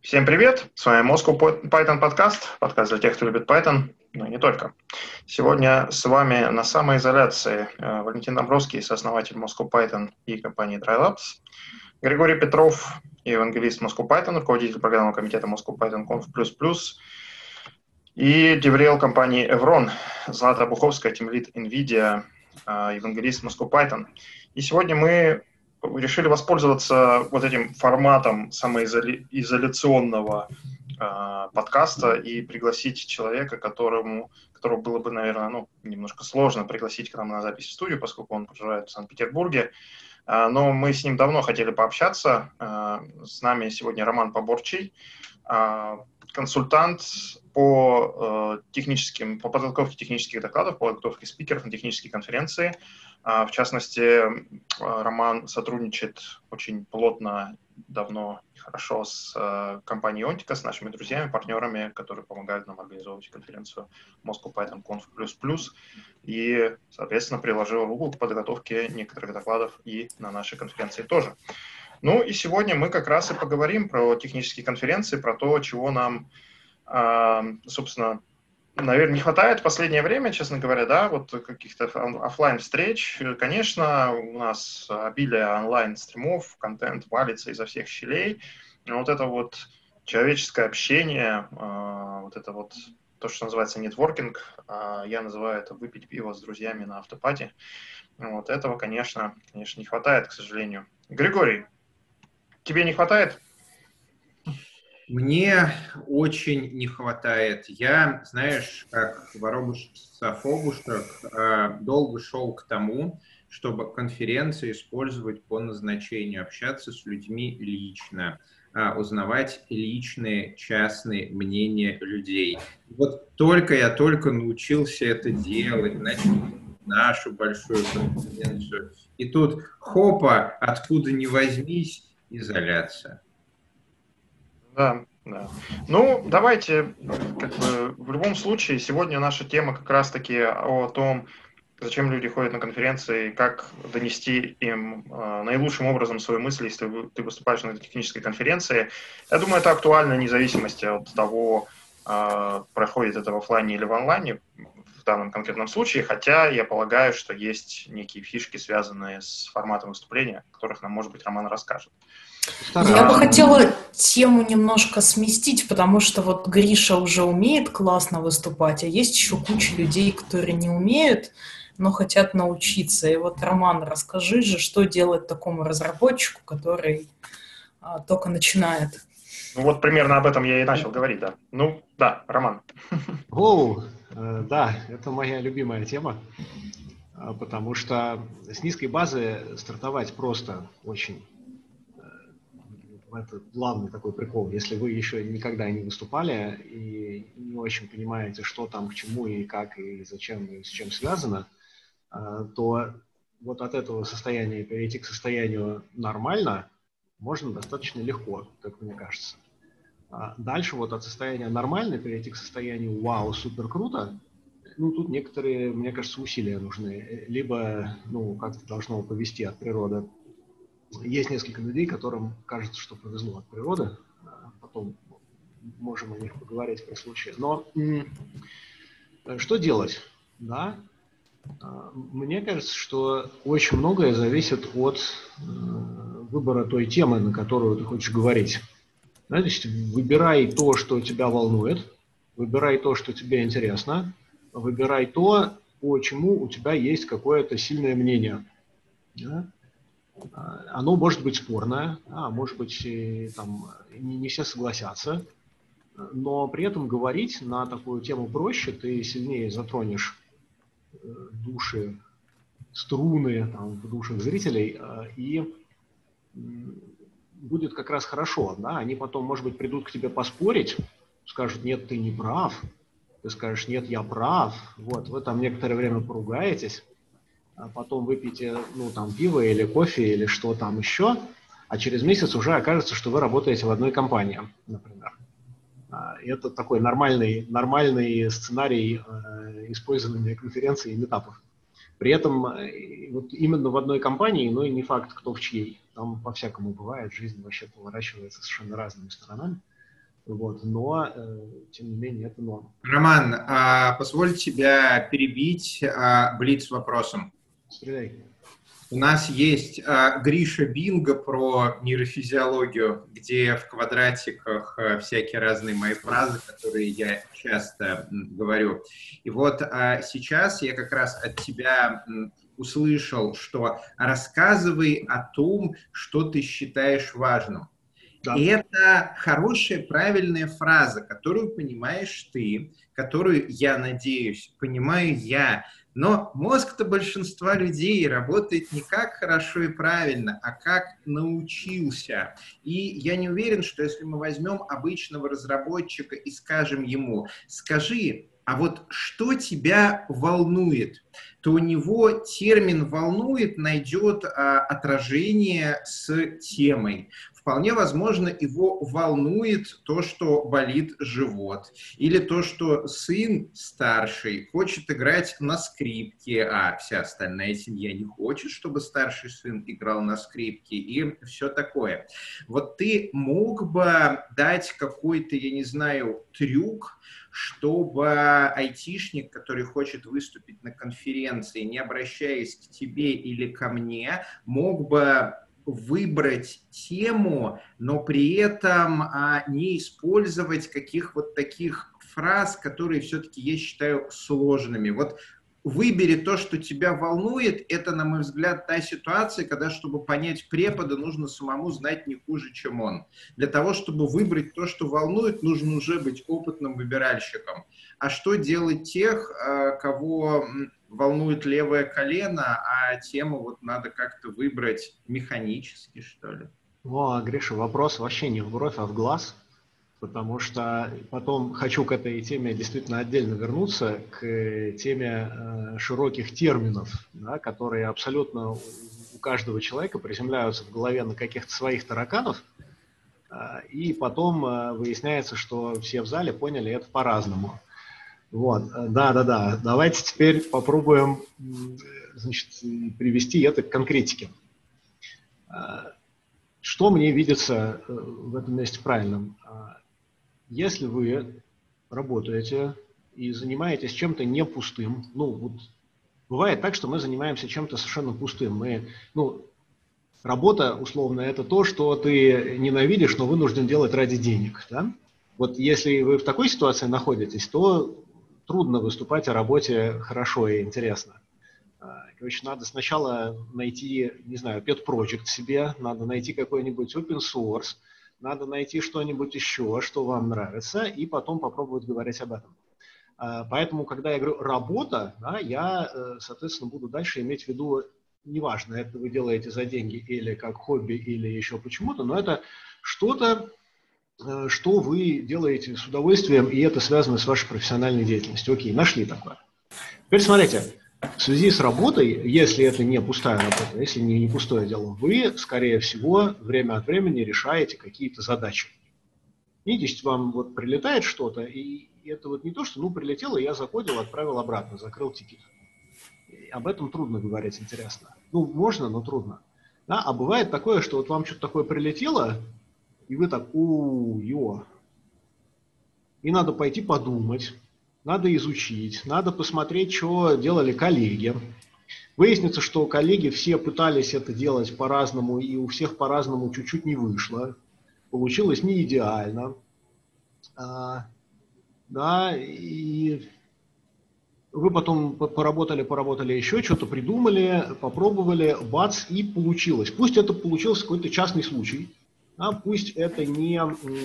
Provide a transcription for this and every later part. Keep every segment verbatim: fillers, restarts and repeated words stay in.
Всем привет! С вами Moscow Python подкаст, подкаст для тех, кто любит Python, но и не только. Сегодня с вами на самоизоляции э, Валентин Домбровский, сооснователь Moscow Python и компании DryLabs, Григорий Петров, евангелист Moscow Python, руководитель программного комитета Moscow Python Conf++, и деврел компании Evron, Злата Буховская, тимлид NVIDIA, э, евангелист Moscow Python. И сегодня мы решили воспользоваться вот этим форматом самоизоляционного э, подкаста и пригласить человека, которому, которого было бы, наверное, ну, немножко сложно пригласить к нам на запись в студию, поскольку он проживает в Санкт-Петербурге. Э, но мы с ним давно хотели пообщаться. Э, с нами сегодня Роман Поборчий, э, консультант по, э, техническим, по подготовке технических докладов, по подготовке спикеров на технические конференции. В частности, Роман сотрудничает очень плотно, давно и хорошо с компанией Ontica, с нашими друзьями, партнерами, которые помогают нам организовывать конференцию Moscow Python Conf++, и, соответственно, приложил руку к подготовке некоторых докладов и на нашей конференции тоже. Ну и сегодня мы как раз и поговорим про технические конференции, про то, чего нам, собственно, наверное, не хватает в последнее время, честно говоря, да, вот каких-то офлайн встреч. Конечно, у нас обилие онлайн-стримов, контент валится изо всех щелей. Но вот это вот человеческое общение, вот это вот то, что называется нетворкинг, я называю это выпить пиво с друзьями на автопати. Вот этого, конечно, конечно, не хватает, к сожалению. Григорий, тебе не хватает? Мне очень не хватает. Я, знаешь, как воробушек-фобушек, долго шел к тому, чтобы конференции использовать по назначению, общаться с людьми лично, узнавать личные, частные мнения людей. Вот только я только научился это делать, начал нашу большую конференцию, и тут хопа, откуда ни возьмись, изоляция. Да, да. Ну, давайте, как бы, в любом случае, сегодня наша тема как раз-таки о том, зачем люди ходят на конференции, как донести им э, наилучшим образом свои мысли, если вы, ты выступаешь на этой технической конференции. Я думаю, это актуально вне зависимости от того, э, проходит это в офлайне или в онлайне в данном конкретном случае, хотя я полагаю, что есть некие фишки, связанные с форматом выступления, о которых нам, может быть, Роман расскажет. Я бы хотела тему немножко сместить, потому что вот Гриша уже умеет классно выступать, а есть еще куча людей, которые не умеют, но хотят научиться. И вот, Роман, расскажи же, что делать такому разработчику, который а, только начинает. Ну вот примерно об этом я и начал говорить, да. Ну, да, Роман. Оу, э, да, это моя любимая тема, потому что с низкой базы стартовать просто очень. Это главный такой прикол. Если вы еще никогда не выступали и не очень понимаете, что там, к чему и как, и зачем, и с чем связано, то вот от этого состояния перейти к состоянию нормально можно достаточно легко, как мне кажется. Дальше вот от состояния нормально перейти к состоянию вау, супер круто, ну, тут некоторые, мне кажется, усилия нужны. Либо, ну, как-то должно повести от природы. Есть несколько людей, которым кажется, что повезло от природы. Потом можем о них поговорить при случае. Но что делать? Да? Мне кажется, что очень многое зависит от выбора той темы, на которую ты хочешь говорить. Да, то есть выбирай то, что тебя волнует, выбирай то, что тебе интересно, выбирай то, по чему у тебя есть какое-то сильное мнение. Да? Оно может быть спорное, а может быть, и, там, не, не все согласятся, но при этом говорить на такую тему проще, ты сильнее затронешь души, струны там, в душах зрителей, и будет как раз хорошо. Да? Они потом, может быть, придут к тебе поспорить, скажут, нет, ты не прав, ты скажешь, нет, я прав, вот, вы там некоторое время поругаетесь, а потом выпьете, ну, там, пиво или кофе или что там еще, а через месяц уже окажется, что вы работаете в одной компании, например. Это такой нормальный, нормальный сценарий э, использования конференций и митапов. При этом э, вот именно в одной компании, но и не факт, кто в чьей. Там по-всякому бывает, жизнь вообще поворачивается совершенно разными сторонами. Вот, но, э, тем не менее, это норма. Роман, а, позволь тебя перебить а, блиц-вопросом. Стреляй. У нас есть а, Гриша Бинго про нейрофизиологию, где в квадратиках а, всякие разные мои фразы, которые я часто м, говорю. И вот а, сейчас я как раз от тебя м, услышал, что рассказывай о том, что ты считаешь важным. Да. И это хорошая, правильная фраза, которую понимаешь ты, которую, я надеюсь, понимаю я. Но мозг-то большинства людей работает не как хорошо и правильно, а как научился. И я не уверен, что если мы возьмем обычного разработчика и скажем ему: скажи, а вот что тебя волнует, то у него термин «волнует» найдет а, отражение с темой. Вполне возможно, его волнует то, что болит живот, или то, что сын старший хочет играть на скрипке, а вся остальная семья не хочет, чтобы старший сын играл на скрипке, и все такое. Вот ты мог бы дать какой-то, я не знаю, трюк, чтобы айтишник, который хочет выступить на конференции, не обращаясь к тебе или ко мне, мог бы выбрать тему, но при этом а, не использовать каких вот таких фраз, которые все-таки я считаю сложными. Вот выбери то, что тебя волнует. Это, на мой взгляд, та ситуация, когда, чтобы понять препода, нужно самому знать не хуже, чем он. Для того, чтобы выбрать то, что волнует, нужно уже быть опытным выбиральщиком. А что делать тех, кого волнует левое колено, а тему вот надо как-то выбрать механически, что ли? О, Гриша, вопрос вообще не в бровь, а в глаз. Потому что потом хочу к этой теме действительно отдельно вернуться, к теме э, широких терминов, да, которые абсолютно у каждого человека приземляются в голове на каких-то своих тараканов, э, и потом э, выясняется, что все в зале поняли это по-разному. Вот, да-да-да, давайте теперь попробуем, значит, привести это к конкретике. Что мне видится в этом месте правильным? Если вы работаете и занимаетесь чем-то не пустым, ну, вот бывает так, что мы занимаемся чем-то совершенно пустым. Мы, ну, работа, условно, это то, что ты ненавидишь, но вынужден делать ради денег, да? Вот если вы в такой ситуации находитесь, то трудно выступать о работе хорошо и интересно. Короче, надо сначала найти, не знаю, pet project себе, надо найти какой-нибудь open source, надо найти что-нибудь еще, что вам нравится, и потом попробовать говорить об этом. Поэтому, когда я говорю «работа», да, я, соответственно, буду дальше иметь в виду, неважно, это вы делаете за деньги или как хобби, или еще почему-то, но это что-то, что вы делаете с удовольствием, и это связано с вашей профессиональной деятельностью. Окей, нашли такое. Теперь смотрите, в связи с работой, если это не пустая работа, если не, не пустое дело, вы, скорее всего, время от времени решаете какие-то задачи. Видите, вам вот прилетает что-то, и это вот не то, что, ну, прилетело, я закодил, отправил обратно, закрыл тикет. И об этом трудно говорить, интересно. Ну, можно, но трудно. Да? А бывает такое, что вот вам что-то такое прилетело, и вы так, у-ё. И надо пойти подумать, надо изучить, надо посмотреть, что делали коллеги. Выяснится, что коллеги все пытались это делать по-разному, и у всех по-разному чуть-чуть не вышло. Получилось не идеально. А, да, и вы потом поработали, поработали еще, что-то придумали, попробовали, бац, и получилось. Пусть это получился какой-то частный случай, а пусть это не,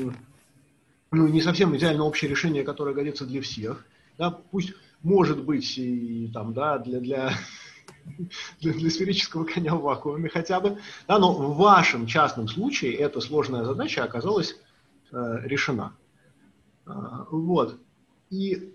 ну, не совсем идеально общее решение, которое годится для всех. Да, пусть, может быть, и, там, да, для, для, для, для сферического коня в вакууме хотя бы. Да, но в вашем частном случае эта сложная задача оказалась э, решена. А, вот. И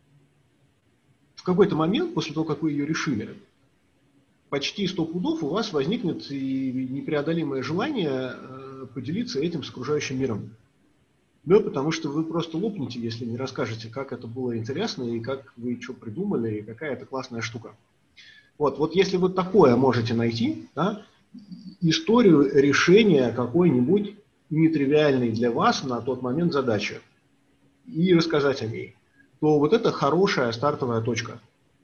в какой-то момент, после того, как вы ее решили, почти сто пудов у вас возникнет и непреодолимое желание э, поделиться этим с окружающим миром. Да, потому что вы просто лопнете, если не расскажете, как это было интересно, и как вы что придумали, и какая это классная штука. Вот, вот если вы такое можете найти, да, историю решения какой-нибудь нетривиальной для вас на тот момент задачи и рассказать о ней, то вот это хорошая стартовая точка.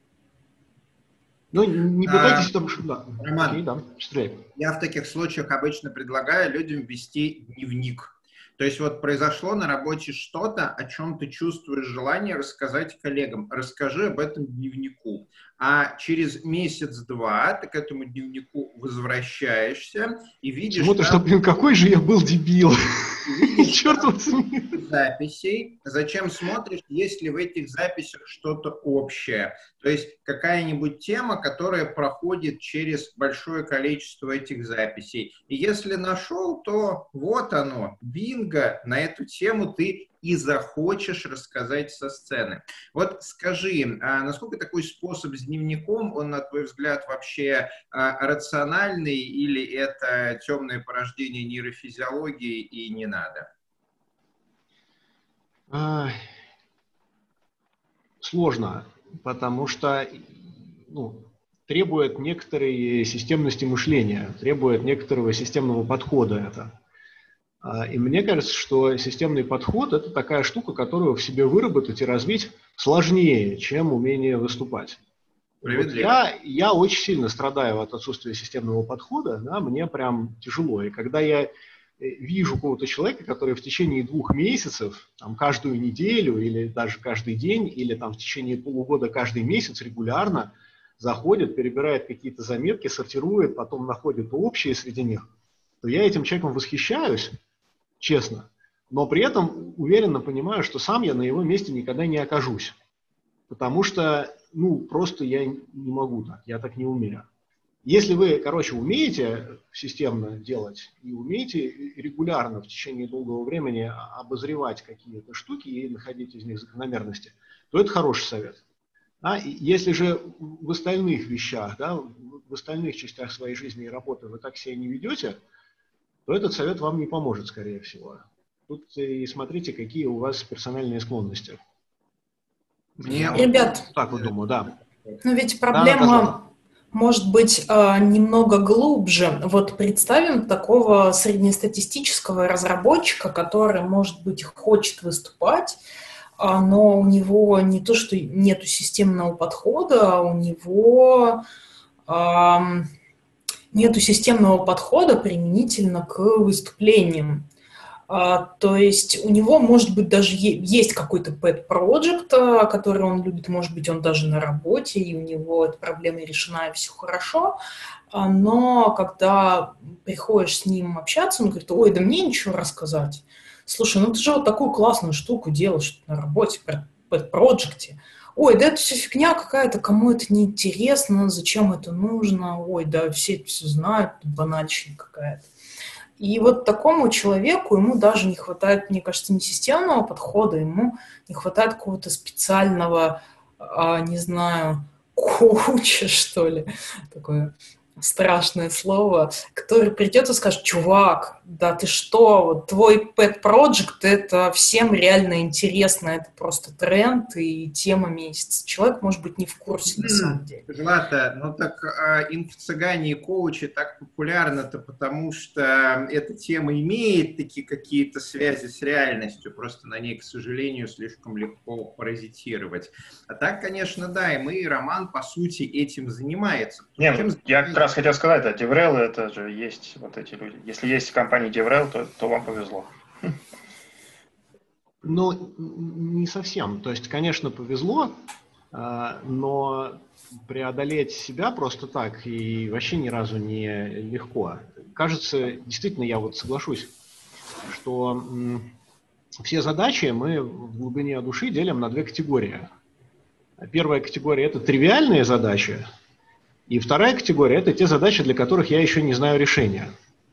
Но не пытайтесь там... Да. Роман, Окей, да. Я в таких случаях обычно предлагаю людям вести дневник. То есть вот произошло на работе что-то, о чем ты чувствуешь желание рассказать коллегам. Расскажи об этом дневнику. А через месяц-два ты к этому дневнику возвращаешься и видишь... Почему-то, там... что, блин, какой же я был дебил. Черт возьми. Записей. Зачем смотришь, есть ли в этих записях что-то общее? То есть какая-нибудь тема, которая проходит через большое количество этих записей. И если нашел, то вот оно, бинго, на эту тему ты и захочешь рассказать со сцены. Вот скажи, а насколько такой способ с дневником, он, на твой взгляд, вообще а, рациональный, или это темное порождение нейрофизиологии и не надо? А, сложно, потому что ну, требует некоторой системности мышления, требует некоторого системного подхода это. И мне кажется, что системный подход – это такая штука, которую в себе выработать и развить сложнее, чем умение выступать. Вот я, я очень сильно страдаю от отсутствия системного подхода, да, мне прям тяжело. И когда я вижу какого-то человека, который в течение двух месяцев, там, каждую неделю или даже каждый день, или там, в течение полугода каждый месяц регулярно заходит, перебирает какие-то заметки, сортирует, потом находит общие среди них, то я этим человеком восхищаюсь, честно, но при этом уверенно понимаю, что сам я на его месте никогда не окажусь, потому что, ну, просто я не могу так, я так не умею. Если вы, короче, умеете системно делать и умеете регулярно в течение долгого времени обозревать какие-то штуки и находить из них закономерности, то это хороший совет. А если же в остальных вещах, да, в остальных частях своей жизни и работы вы так себя не ведете, то этот совет вам не поможет, скорее всего. Тут и смотрите, какие у вас персональные склонности. Мне... Ребят, так вот думаю, да. Но ведь проблема да, может быть немного глубже. Вот представим такого среднестатистического разработчика, который, может быть, хочет выступать, но у него не то, что нету системного подхода, у него... нету системного подхода применительно к выступлениям. А, то есть у него, может быть, даже есть какой-то pet project, который он любит, может быть, он даже на работе, и у него эта проблема решена, и все хорошо. А, но когда приходишь с ним общаться, он говорит: ой, да мне ничего рассказать. Слушай, ну ты же вот такую классную штуку делаешь на работе, pet project. Ой, да это все фигня какая-то, кому это не интересно, зачем это нужно, ой, да все это все знают, банальщина какая-то. И вот такому человеку, ему даже не хватает, мне кажется, не системного подхода, ему не хватает какого-то специального, а, не знаю, коуча, что ли, такое страшное слово, который придет и скажет: чувак, да ты что, вот твой pet project — это всем реально интересно, это просто тренд и тема месяца. Человек, может быть, не в курсе на самом деле. Злата, ну так а, инфо-цыгане и коучи так популярны-то потому, что эта тема имеет такие какие-то связи с реальностью, просто на ней, к сожалению, слишком легко паразитировать. А так, конечно, да, и мы, и Роман, по сути, этим занимается. Нет, Чем... я как раз хотел сказать, да, DevRel — это же есть вот эти люди. Если есть компания DevRel, то, то вам повезло. Ну, не совсем. То есть, конечно, повезло, но преодолеть себя просто так и вообще ни разу не легко. Кажется, действительно, я вот соглашусь, что все задачи мы в глубине души делим на две категории. Первая категория – это тривиальные задачи, и вторая категория – это те задачи, для которых я еще не знаю решения.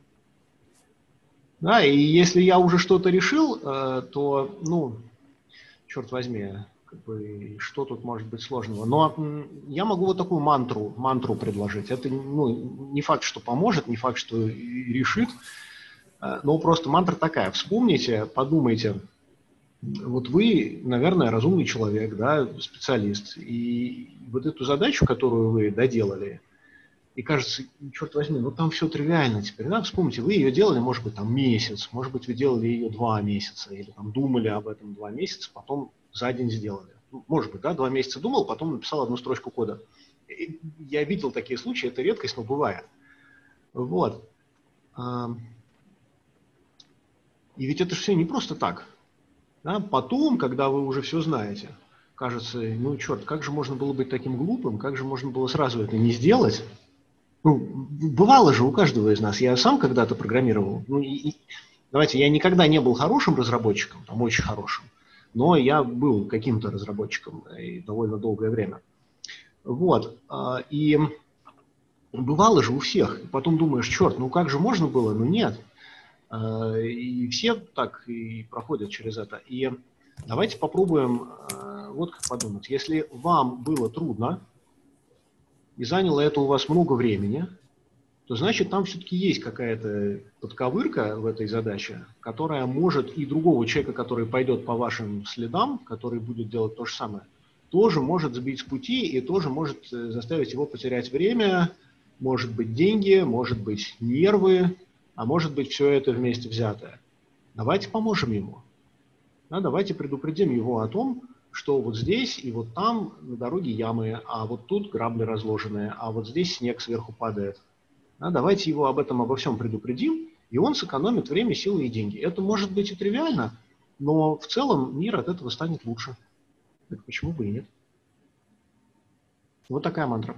Да, и если я уже что-то решил, то, ну, черт возьми, как бы, что тут может быть сложного? Но я могу вот такую мантру, мантру предложить. Это, ну, не факт, что поможет, не факт, что решит, но просто мантра такая. Вспомните, подумайте. Вот вы, наверное, разумный человек, да, специалист, и вот эту задачу, которую вы доделали, И кажется, черт возьми, ну там все тривиально теперь. Да? Вспомните, вы ее делали, может быть, там месяц, может быть, вы делали ее два месяца, или там думали об этом два месяца, потом за день сделали. Ну, может быть, да, два месяца думал, потом написал одну строчку кода. И я видел такие случаи, это редкость, но бывает. Вот. И ведь это же все не просто так. Да? Потом, когда вы уже все знаете, кажется, ну черт, как же можно было быть таким глупым, как же можно было сразу это не сделать? Ну, бывало же у каждого из нас. Я сам когда-то программировал. Ну, и, и, давайте, я никогда не был хорошим разработчиком, там очень хорошим, но я был каким-то разработчиком и довольно долгое время. Вот. И бывало же у всех. И потом думаешь, черт, ну как же можно было? Ну нет. И все так и проходят через это. И давайте попробуем вот как подумать. Если вам было трудно, и заняло это у вас много времени, то значит там все-таки есть какая-то подковырка в этой задаче, которая может и другого человека, который пойдет по вашим следам, который будет делать то же самое, тоже может сбить с пути и тоже может заставить его потерять время, может быть деньги, может быть нервы, а может быть все это вместе взятое. Давайте поможем ему. Да, давайте предупредим его о том, что вот здесь и вот там на дороге ямы, а вот тут грабли разложенные, а вот здесь снег сверху падает. Да, давайте его об этом обо всем предупредим, и он сэкономит время, силы и деньги. Это может быть и тривиально, но в целом мир от этого станет лучше. Так почему бы и нет? Вот такая мантра.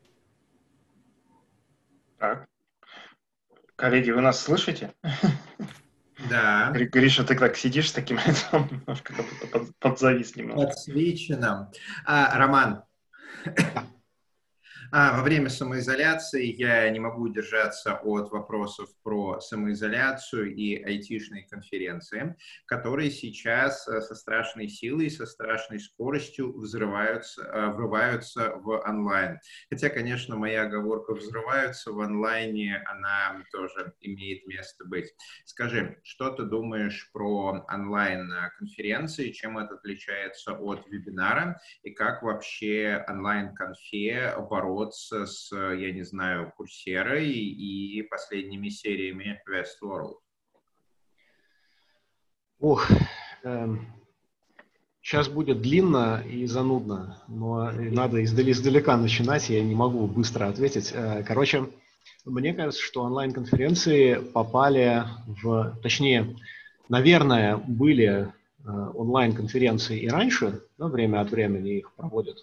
Так. Коллеги, вы нас слышите? Да. Гриша, ты так сидишь с таким лицом, немножко как будто под, подзавис немножко. Подсвечено. А, Роман, а, во время самоизоляции я не могу удержаться от вопросов про самоизоляцию и айтишные конференции, которые сейчас со страшной силой, со страшной скоростью взрываются, врываются в онлайн. Хотя, конечно, моя оговорка «взрываются в онлайне», она тоже имеет место быть. Скажи, что ты думаешь про онлайн-конференции, чем это отличается от вебинара, и как вообще онлайн-конфе бороться с, я не знаю, Курсерой и последними сериями Westworld? Ох, эм, сейчас будет длинно и занудно, но надо издали, издалека начинать, я не могу быстро ответить. Короче, мне кажется, что онлайн-конференции попали в, точнее, наверное, были онлайн-конференции и раньше, но время от времени их проводят.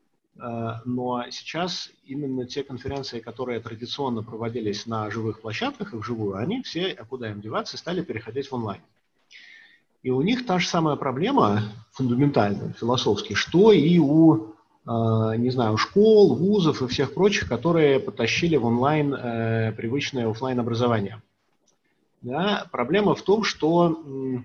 Но сейчас именно те конференции, которые традиционно проводились на живых площадках и вживую, они все, а куда им деваться, стали переходить в онлайн. И у них та же самая проблема, фундаментальная, философски, что и у, не знаю, школ, вузов и всех прочих, которые потащили в онлайн э, привычное офлайн образование. Да? Проблема в том, что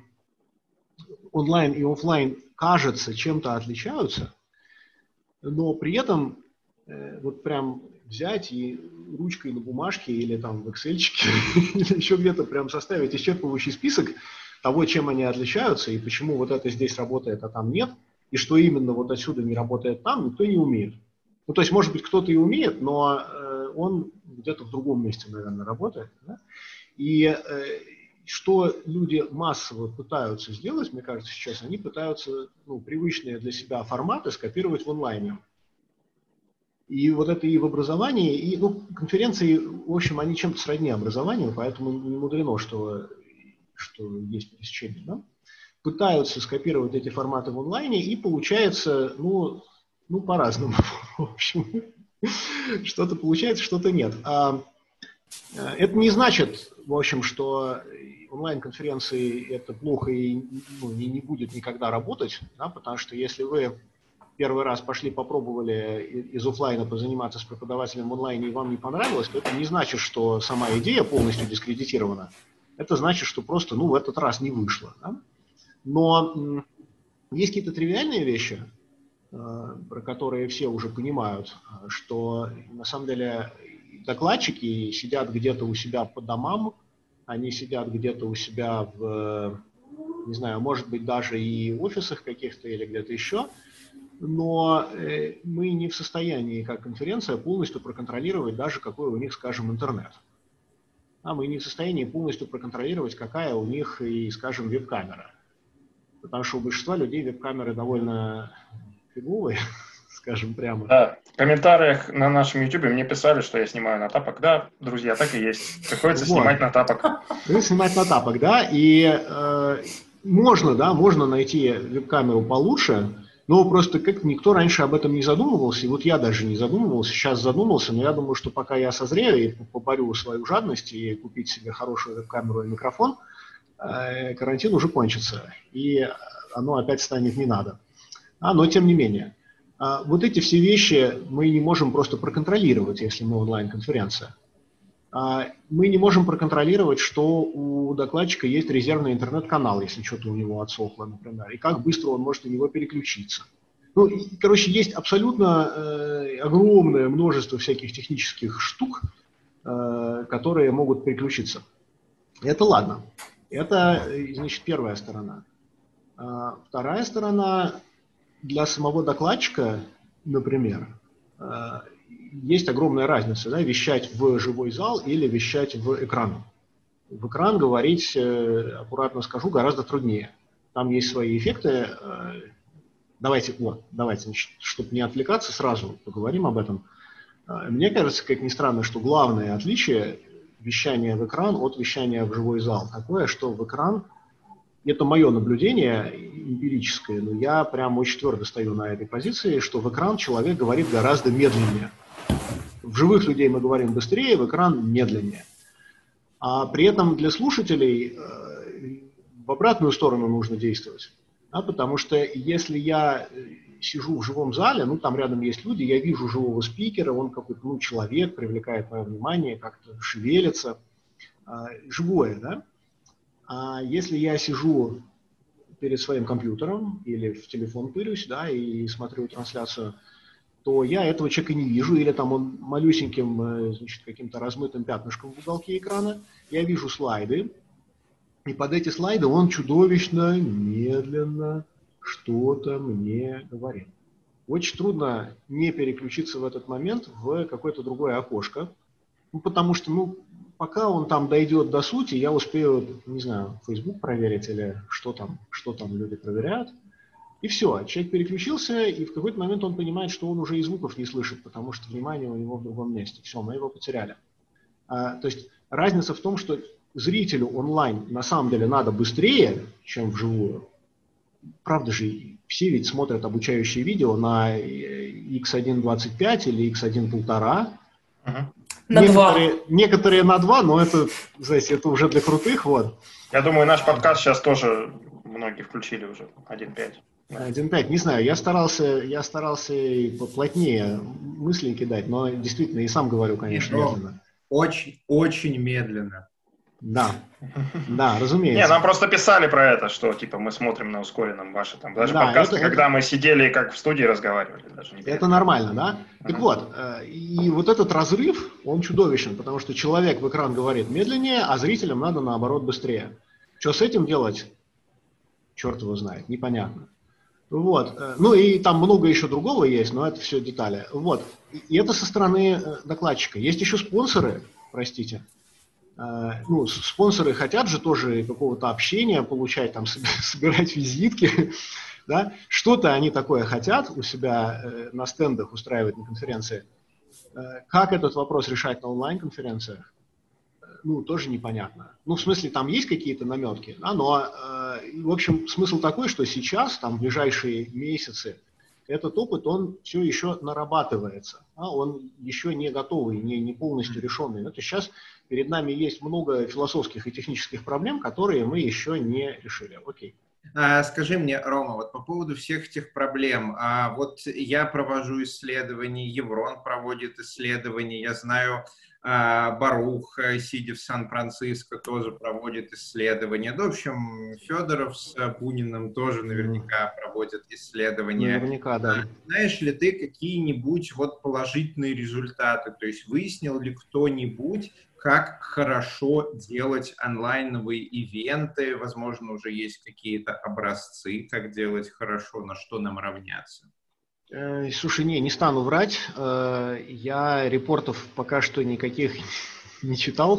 онлайн и офлайн, кажется, чем-то отличаются, но при этом э, вот прям взять и ручкой на бумажке или там в Excel-чике или еще где-то прям составить исчерпывающий список того, чем они отличаются и почему вот это здесь работает, а там нет, и что именно вот отсюда не работает там, никто не умеет. Ну, то есть, может быть, кто-то и умеет, но э, он где-то в другом месте, наверное, работает. Да? И э, что люди массово пытаются сделать, мне кажется, сейчас, они пытаются ну, привычные для себя форматы скопировать в онлайне. И вот это и в образовании, и ну, конференции, в общем, они чем-то сродни образованию, поэтому не мудрено, что, что есть пересечение. Да? Пытаются скопировать эти форматы в онлайне, и получается, ну, ну по-разному, в общем. Что-то получается, что-то нет. А это не значит, в общем, что онлайн-конференции это плохо и ну, не, не будет никогда работать, да, потому что если вы первый раз пошли, попробовали из офлайна позаниматься с преподавателем в онлайне и вам не понравилось, то это не значит, что сама идея полностью дискредитирована. Это значит, что просто ну, в этот раз не вышло. Да? Но м- есть какие-то тривиальные вещи, э, про которые все уже понимают, что на самом деле докладчики сидят где-то у себя по домам, они сидят где-то у себя в, не знаю, может быть, даже и в офисах каких-то или где-то еще, но э, мы не в состоянии, как конференция, полностью проконтролировать даже, какой у них, скажем, интернет. А мы не в состоянии полностью проконтролировать, какая у них, и, скажем, веб-камера. Потому что у большинства людей веб-камеры довольно фиговые, скажем прямо. Да, в комментариях на нашем YouTube мне писали, что я снимаю на тапок. Да, друзья, так и есть. Приходится вот. снимать на тапок. Приходится снимать на тапок, да, и э, можно, да, можно найти веб-камеру получше, но просто как никто раньше об этом не задумывался, и вот я даже не задумывался, сейчас задумался, но я думаю, что пока я созрею и поборю свою жадность и купить себе хорошую веб-камеру и микрофон, э, карантин уже кончится, и оно опять станет не надо. А, но тем не менее. Вот эти все вещи мы не можем просто проконтролировать, если мы онлайн-конференция. Мы не можем проконтролировать, что у докладчика есть резервный интернет-канал, если что-то у него отсохло, например, и как быстро он может на него переключиться. Ну, и, короче, есть абсолютно э, огромное множество всяких технических штук, э, которые могут переключиться. Это ладно. Это, значит, первая сторона. А вторая сторона... Для самого докладчика, например, есть огромная разница, да, вещать в живой зал или вещать в экран. В экран говорить, аккуратно скажу, гораздо труднее. Там есть свои эффекты. Давайте, вот, давайте, чтобы не отвлекаться, сразу поговорим об этом. Мне кажется, как ни странно, что главное отличие вещания в экран от вещания в живой зал такое, что в экран, это мое наблюдение эмпирическое, но я прям очень твердо стою на этой позиции, что в экран человек говорит гораздо медленнее. В живых людей мы говорим быстрее, в экран медленнее. А при этом для слушателей э, в обратную сторону нужно действовать. Да, потому что если я сижу в живом зале, ну там рядом есть люди, я вижу живого спикера, он какой-то ну, человек, привлекает мое внимание, как-то шевелится. Э, живое, да? А если я сижу перед своим компьютером или в телефон пырюсь, да, и смотрю трансляцию, то я этого человека не вижу, или там он малюсеньким, значит, каким-то размытым пятнышком в уголке экрана. Я вижу слайды, и под эти слайды он чудовищно медленно что-то мне говорит. Очень трудно не переключиться в этот момент в какое-то другое окошко, ну, потому что, ну, пока он там дойдет до сути, я успею, не знаю, Facebook проверить или что там, что там люди проверяют. И все, человек переключился, и в какой-то момент он понимает, что он уже и звуков не слышит, потому что внимание у него в другом месте. Все, мы его потеряли. А, то есть разница в том, что зрителю онлайн на самом деле надо быстрее, чем вживую. Правда же, все ведь смотрят обучающие видео на икс один двадцать пять или икс один полтора. Uh-huh. На некоторые, два. Некоторые на два, но это, знаете, это уже для крутых, вот. Я думаю, наш подкаст сейчас тоже многие включили уже один пять. один пять, не знаю, я старался, я старался поплотнее мысли кидать, но действительно и сам говорю, конечно, но медленно. Очень, очень медленно. Да, да, разумеется. Не, нам просто писали про это, что типа мы смотрим на ускоренном ваши там, даже да, подкасты, это, когда это, мы сидели как в студии разговаривали. Даже не это нормально, да? Uh-huh. Так вот, и вот этот разрыв, он чудовищен, потому что человек в экран говорит медленнее, а зрителям надо наоборот быстрее. Что с этим делать? Черт его знает, непонятно. Вот, ну и там много еще другого есть, но это все детали. Вот, и это со стороны докладчика. Есть еще спонсоры, простите. Ну, спонсоры хотят же тоже какого-то общения получать, там, собирать визитки, да? Что-то они такое хотят у себя э, на стендах устраивать на конференции. Э, как этот вопрос решать на онлайн-конференциях, э, ну, тоже непонятно. Ну, в смысле, там есть какие-то наметки, да, но, э, в общем, смысл такой, что сейчас, там, в ближайшие месяцы, этот опыт, он все еще нарабатывается, а он еще не готовый, не, не полностью решенный. Это сейчас перед нами есть много философских и технических проблем, которые мы еще не решили. Окей. А, скажи мне, Рома, вот по поводу всех этих проблем, а, вот я провожу исследования, Еврон проводит исследования, я знаю, а, Барух, сидя в Сан-Франциско, тоже проводит исследования. Да, в общем, Федоров с Буниным тоже наверняка проводят исследования. Наверняка, да. Знаешь ли ты какие-нибудь вот положительные результаты? То есть выяснил ли кто-нибудь, как хорошо делать онлайновые ивенты? Возможно, уже есть какие-то образцы, как делать хорошо, на что нам равняться. Э, слушай, не, не стану врать. Э, я репортов пока что никаких не читал.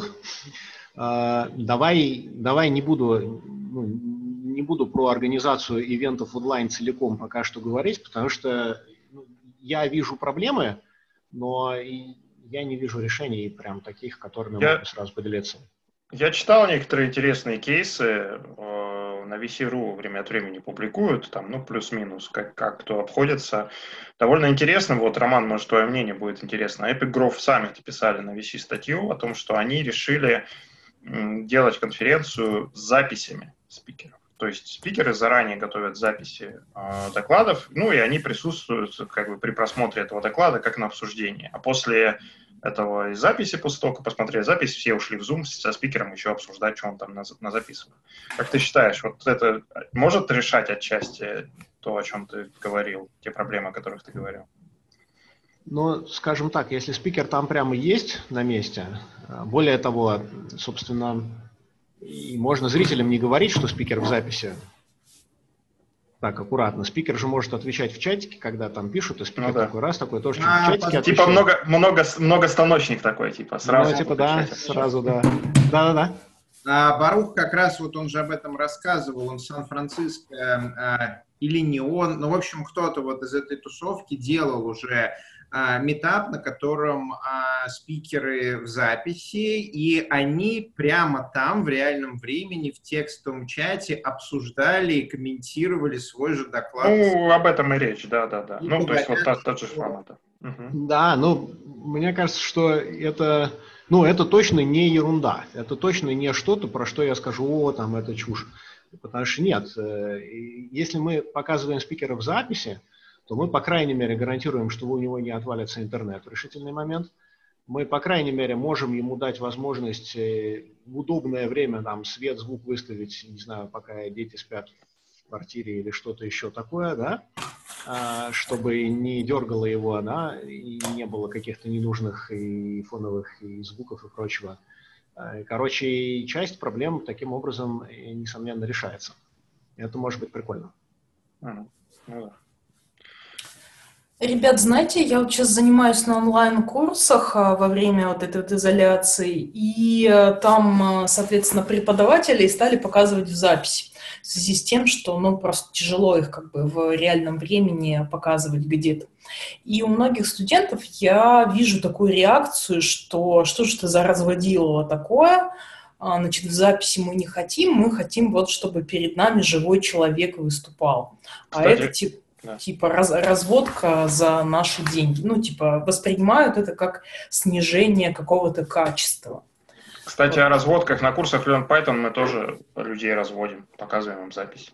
Э, давай, давай не буду, ну, не буду про организацию ивентов онлайн целиком пока что говорить, потому что ну, я вижу проблемы, но я не вижу решений прям таких, которыми я, можно сразу поделиться. Я читал некоторые интересные кейсы. На ви си точка ру время от времени публикуют, там, ну, плюс-минус, как, как кто обходится. Довольно интересно, вот, Роман, может, твое мнение будет интересно. Epic Grove сами писали на ви си статью о том, что они решили делать конференцию с записями спикеров. То есть спикеры заранее готовят записи э, докладов, ну, и они присутствуют как бы при просмотре этого доклада как на обсуждении. А после этого из записи, после того, как посмотрели запись, все ушли в Zoom со спикером еще обсуждать, что он там назаписывал. Как ты считаешь, вот это может решать отчасти то, о чем ты говорил, те проблемы, о которых ты говорил? Ну, скажем так, если спикер там прямо есть на месте, более того, собственно, и можно зрителям не говорить, что спикер в записи. Так, аккуратно. Спикер же может отвечать в чатике, когда там пишут, и спикер ну, да. такой раз, такой тоже а, в чатике отвечает. Типа много, много, многостаночник такой, типа сразу. Ну, типа да, сразу, да. Да-да-да. А Барух как раз, вот он же об этом рассказывал, он в Сан-Франциско, а, или не он, ну, в общем, кто-то вот из этой тусовки делал уже а, митап, на котором а, спикеры в записи, и они прямо там в реальном времени в текстовом чате обсуждали и комментировали свой же доклад. Ну, об этом и речь, да-да-да. Ну, говорят, то есть вот тот, тот же формат. Угу. Да, ну, мне кажется, что это... Ну, это точно не ерунда. Это точно не что-то, про что я скажу, о, там, это чушь. Потому что нет. Если мы показываем спикера в записи, то мы, по крайней мере, гарантируем, что у него не отвалится интернет в решительный момент. Мы, по крайней мере, можем ему дать возможность в удобное время там свет, звук выставить, не знаю, пока дети спят в квартире или что-то еще такое, да, чтобы не дергало его, да, и не было каких-то ненужных и фоновых и звуков и прочего. Короче, часть проблем таким образом, несомненно, решается. Это может быть прикольно. Mm-hmm. Mm-hmm. Ребят, знаете, я вот сейчас занимаюсь на онлайн-курсах во время вот этой вот изоляции, и там, соответственно, преподаватели стали показывать в записи. В связи с тем, что, ну, просто тяжело их как бы в реальном времени показывать где-то. И у многих студентов я вижу такую реакцию, что что же ты за разводилово такое, значит, в записи мы не хотим, мы хотим вот, чтобы перед нами живой человек выступал. Кстати, а это типа, да. типа раз, разводка за наши деньги. Ну, типа воспринимают это как снижение какого-то качества. Кстати, о разводках на курсах Learn Python мы тоже людей разводим, показываем им запись.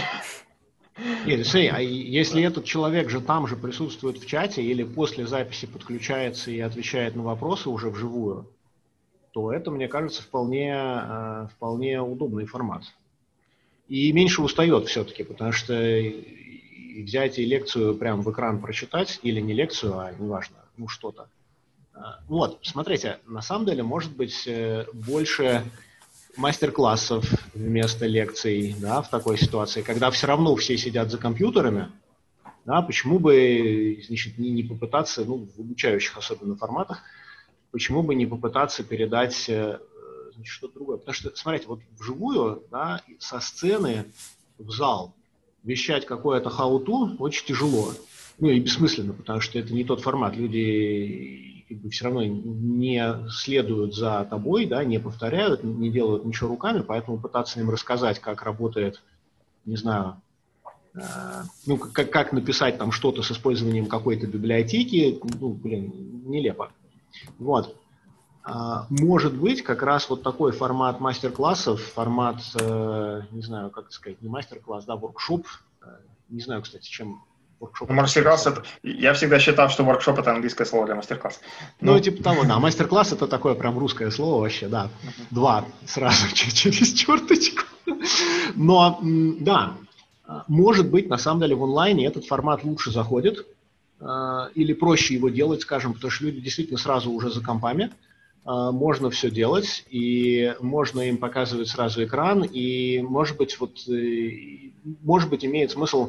Нет, смотри, а если этот человек же там же присутствует в чате или после записи подключается и отвечает на вопросы уже вживую, то это, мне кажется, вполне, вполне удобный формат. И меньше устает все-таки, потому что взять и лекцию прямо в экран прочитать, или не лекцию, а неважно, ну что-то. Вот, смотрите, на самом деле может быть больше мастер-классов вместо лекций, да, в такой ситуации, когда все равно все сидят за компьютерами, да, почему бы, значит, не, не попытаться, ну, в обучающих особенно форматах, почему бы не попытаться передать, значит, что-то другое. Потому что, смотрите, вот вживую, да, со сцены в зал вещать какое-то how-to очень тяжело. Ну и бессмысленно, потому что это не тот формат. Люди как бы все равно не следуют за тобой, да, не повторяют, не делают ничего руками, поэтому пытаться им рассказать, как работает, не знаю, э, ну, как, как написать там что-то с использованием какой-то библиотеки, ну, блин, нелепо. Вот. А, может быть, как раз вот такой формат мастер-классов, формат, э, не знаю, как сказать, не мастер-класс, да, воркшоп, э, не знаю, кстати, чем... Мастер-класс это... Я всегда считал, что воркшоп это английское слово для мастер-класса. Ну, ну, типа того, да. Мастер-класс это такое прям русское слово вообще, да. Uh-huh. Два сразу через черточку. Но, да, может быть, на самом деле в онлайне этот формат лучше заходит, или проще его делать, скажем, потому что люди действительно сразу уже за компами. Можно все делать, и можно им показывать сразу экран, и, может быть, вот, может быть, имеет смысл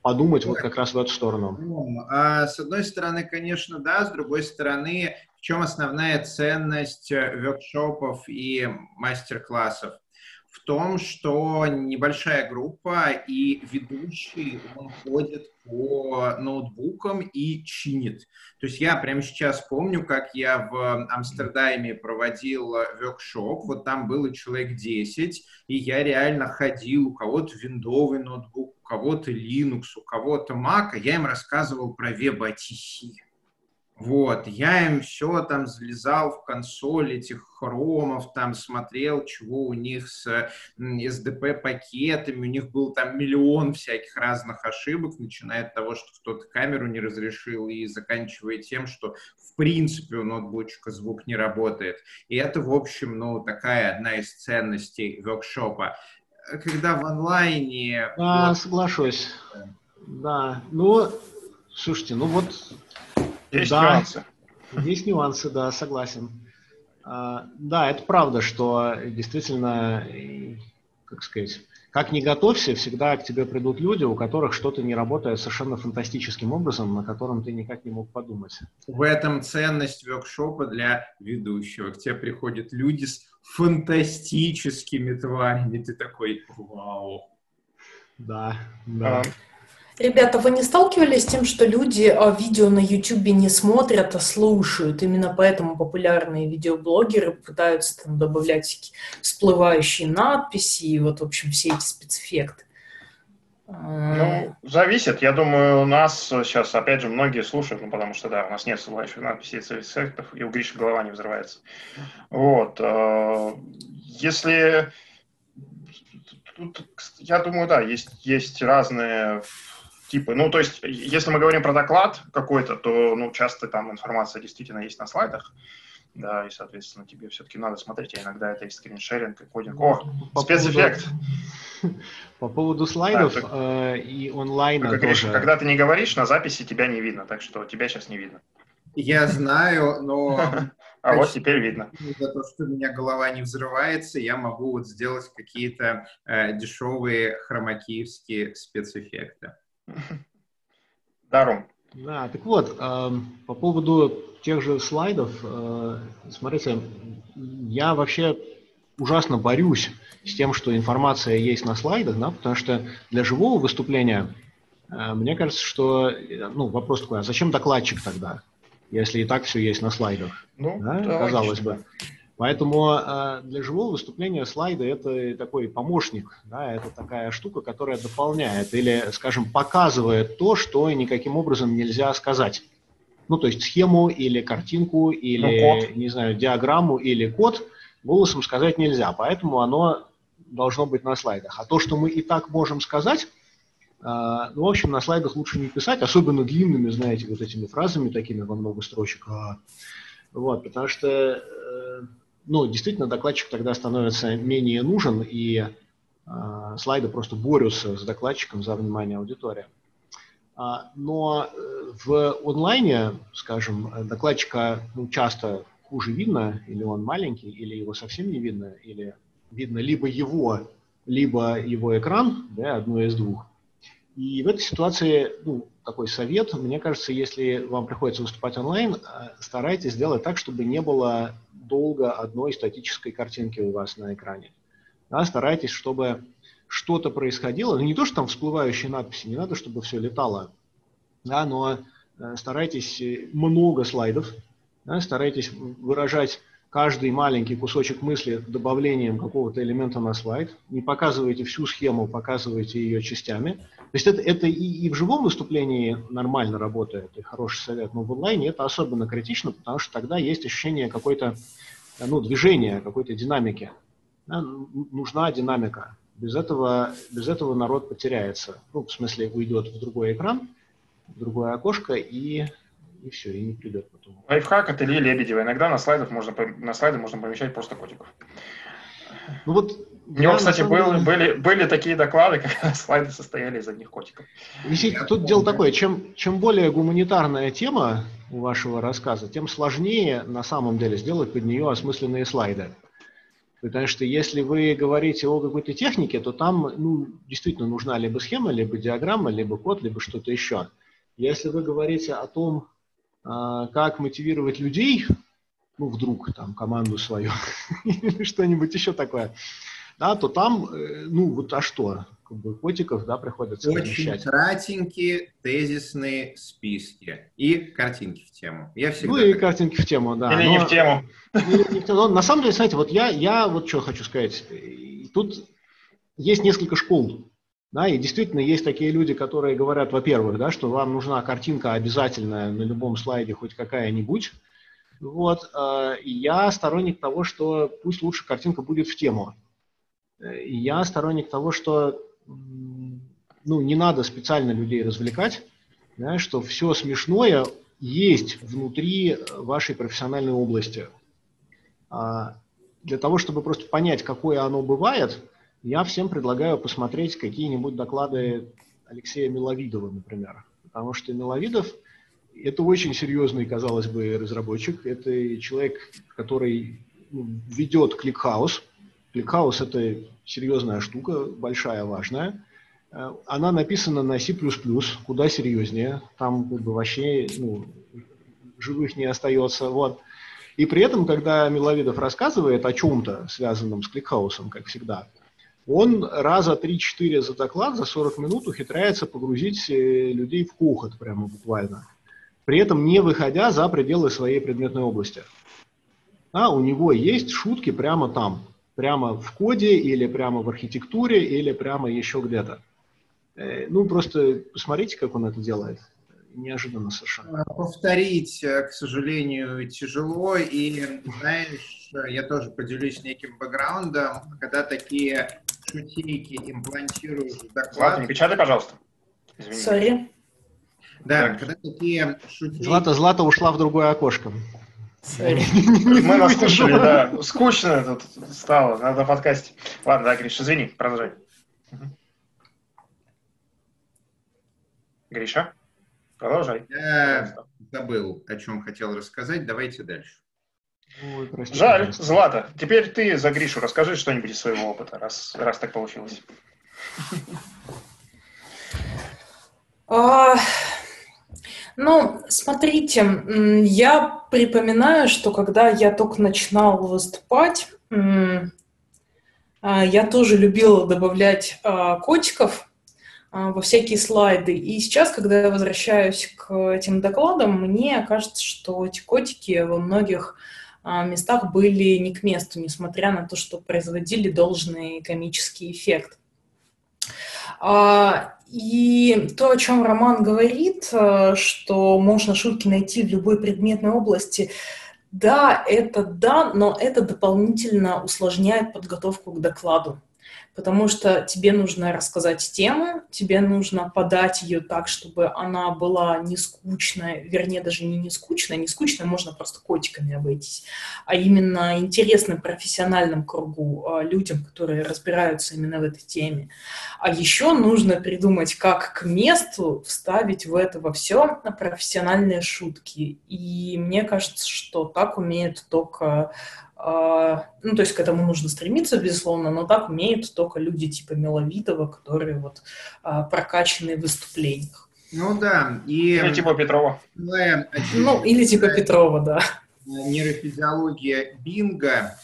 подумать вот как раз в эту сторону. А, с одной стороны, конечно, да, с другой стороны, в чем основная ценность воркшопов и мастер-классов? В том, что небольшая группа и ведущий, он ходит по ноутбукам и чинит. То есть я прямо сейчас помню, как я в Амстердаме проводил воркшоп, вот там было человек десять, и я реально ходил, у кого-то виндовый ноутбук, у кого-то Linux, у кого-то Mac, а я им рассказывал про WebOTC. Вот, я им все там залезал в консоль этих хромов, там смотрел, чего у них с эс ди пи-пакетами, у них был там миллион всяких разных ошибок, начиная от того, что кто-то камеру не разрешил, и заканчивая тем, что в принципе у ноутбучика звук не работает. И это, в общем, ну, такая одна из ценностей воркшопа. Когда в онлайне... Да, вот... соглашусь. Да, ну, слушайте, ну вот... Есть да, нюансы. Есть нюансы, да, согласен. А, да, это правда, что действительно, как сказать, как ни готовься, всегда к тебе придут люди, у которых что-то не работает совершенно фантастическим образом, на котором ты никак не мог подумать. В этом ценность воркшопа для ведущего. К тебе приходят люди с фантастическими тварями. Ты такой, вау. Да, да. А, Ребята, вы не сталкивались с тем, что люди а, видео на YouTube не смотрят, а слушают? Именно поэтому популярные видеоблогеры пытаются там добавлять всякие всплывающие надписи и вот, в общем, все эти спецэффекты. Ну, зависит. Я думаю, у нас сейчас, опять же, многие слушают, ну, потому что, да, у нас нет всплывающих надписей и спецэффектов, и у Гриши голова не взрывается. Вот. Если... Тут, я думаю, да, есть, есть разные... Типы. Ну, то есть, если мы говорим про доклад какой-то, то, ну, часто там информация действительно есть на слайдах, да, и, соответственно, тебе все-таки надо смотреть, а иногда это и скриншеринг, и кодинг. О, по спецэффект! Поводу, по поводу слайдов да, э, и онлайна только, тоже. Гриша, когда ты не говоришь, на записи тебя не видно, так что тебя сейчас не видно. Я знаю, но... А вот теперь видно. За то, что у меня голова не взрывается, я могу вот сделать какие-то э, дешевые хромакеевские спецэффекты. Да, Ром. Да, так вот, э, по поводу тех же слайдов, э, смотрите, я вообще ужасно борюсь с тем, что информация есть на слайдах, да, потому что для живого выступления э, мне кажется, что, ну, вопрос такой, а зачем докладчик тогда, если и так все есть на слайдах, ну, да, да, казалось логично. бы. Поэтому э, для живого выступления слайды – это такой помощник, да, это такая штука, которая дополняет или, скажем, показывает то, что никаким образом нельзя сказать. Ну, то есть схему или картинку, или, ну, не знаю, диаграмму или код голосом сказать нельзя, поэтому оно должно быть на слайдах. А то, что мы и так можем сказать, э, ну, в общем, на слайдах лучше не писать, особенно длинными, знаете, вот этими фразами такими во много строчек. Вот, потому что... Э, Ну, действительно, докладчик тогда становится менее нужен, и э, слайды просто борются с докладчиком за внимание аудитории. А, но в онлайне, скажем, докладчика, ну, часто хуже видно, или он маленький, или его совсем не видно, или видно либо его, либо его экран, да, одно из двух. И в этой ситуации, ну, такой совет, мне кажется, если вам приходится выступать онлайн, старайтесь сделать так, чтобы не было долго одной статической картинки у вас на экране. Да, старайтесь, чтобы что-то происходило, ну, не то, что там всплывающие надписи, не надо, чтобы все летало, да, но старайтесь много слайдов, да, старайтесь выражать каждый маленький кусочек мысли добавлением какого-то элемента на слайд. Не показывайте всю схему, показывайте ее частями. То есть это, это и, и в живом выступлении нормально работает, и хороший совет, но в онлайне это особенно критично, потому что тогда есть ощущение какой-то, ну, движения, какой-то динамики. Да, нужна динамика. Без этого, без этого народ потеряется. Ну, в смысле, уйдет в другой экран, в другое окошко и... и все, и не придет потом. Лайфхак от Ильи Лебедева. Иногда на, слайдах можно, на слайды можно помещать просто котиков. Ну вот, у него, кстати, был, деле... были, были такие доклады, когда слайды состояли из одних котиков. Видите, тут дело такое, чем, чем более гуманитарная тема у вашего рассказа, тем сложнее на самом деле сделать под нее осмысленные слайды. Потому что если вы говорите о какой-то технике, то там ну, действительно нужна либо схема, либо диаграмма, либо код, либо что-то еще. Если вы говорите о том, как мотивировать людей, ну, вдруг, там, команду свою, или что-нибудь еще такое, да, то там, ну, вот, а что? Как бы котиков, да, приходится очень кратенькие тезисные списки и картинки в тему. Я всегда ну, и так... картинки в тему, да. Или но, не в тему. Или не в тему. Но, на самом деле, знаете, вот я, я вот что хочу сказать. Тут есть несколько школ. Да, и действительно есть такие люди, которые говорят, во-первых, да, что вам нужна картинка обязательная на любом слайде, хоть какая-нибудь. Вот, э, и я сторонник того, что пусть лучше картинка будет в тему. И я сторонник того, что ну, не надо специально людей развлекать, да, что все смешное есть внутри вашей профессиональной области. А для того, чтобы просто понять, какое оно бывает, я всем предлагаю посмотреть какие-нибудь доклады Алексея Миловидова, например. Потому что Миловидов – это очень серьезный, казалось бы, разработчик. Это человек, который ну, ведет ClickHouse. ClickHouse – это серьезная штука, большая, важная. Она написана на си плюс плюс, куда серьезнее. Там как бы вообще ну, живых не остается. Вот. И при этом, когда Миловидов рассказывает о чем-то, связанном с ClickHouse, как всегда, он раза три-четыре за доклад, за сорок минут ухитряется погрузить людей в хохот прямо буквально. При этом не выходя за пределы своей предметной области. А у него есть шутки прямо там. Прямо в коде, или прямо в архитектуре, или прямо еще где-то. Ну, просто посмотрите, как он это делает. Неожиданно совершенно. Повторить, к сожалению, тяжело. И, знаешь, я тоже поделюсь неким бэкграундом. Когда такие шутейки имплантируют в доклад... Злата, не печатай, пожалуйста. Извини. Sorry. Да, так. Когда такие шутейки... Злата, Злата ушла в другое окошко. Мы наскучили, да. Скучно тут стало, надо подкастить. Ладно, да, Гриш, извини, продолжай. Гриша, продолжай. Я забыл, о чем хотел рассказать. Давайте дальше. Ой, прости, Жаль, пожалуйста. Злата, теперь ты за Гришу расскажи что-нибудь из своего опыта, раз, раз так получилось. А, ну, смотрите, я припоминаю, что когда я только начинала выступать, я тоже любила добавлять котиков во всякие слайды. И сейчас, когда я возвращаюсь к этим докладам, мне кажется, что эти котики во многих местах были не к месту, несмотря на то, что производили должный комический эффект. И то, о чем Роман говорит, что можно шутки найти в любой предметной области, да, это да, но это дополнительно усложняет подготовку к докладу. Потому что тебе нужно рассказать тему, тебе нужно подать ее так, чтобы она была не скучная, вернее, даже не не скучная, не скучная, можно просто котиками обойтись, а именно интересным профессиональным кругу, людям, которые разбираются именно в этой теме. А еще нужно придумать, как к месту вставить в это во все профессиональные шутки. И мне кажется, что так умеют только... Ну, то есть к этому нужно стремиться, безусловно, но так умеют только люди типа Миловидова, которые вот прокачаны в выступлениях. Ну да, и... Или типа Петрова. Ну, или типа Петрова, да. Нейрофизиология Бинга,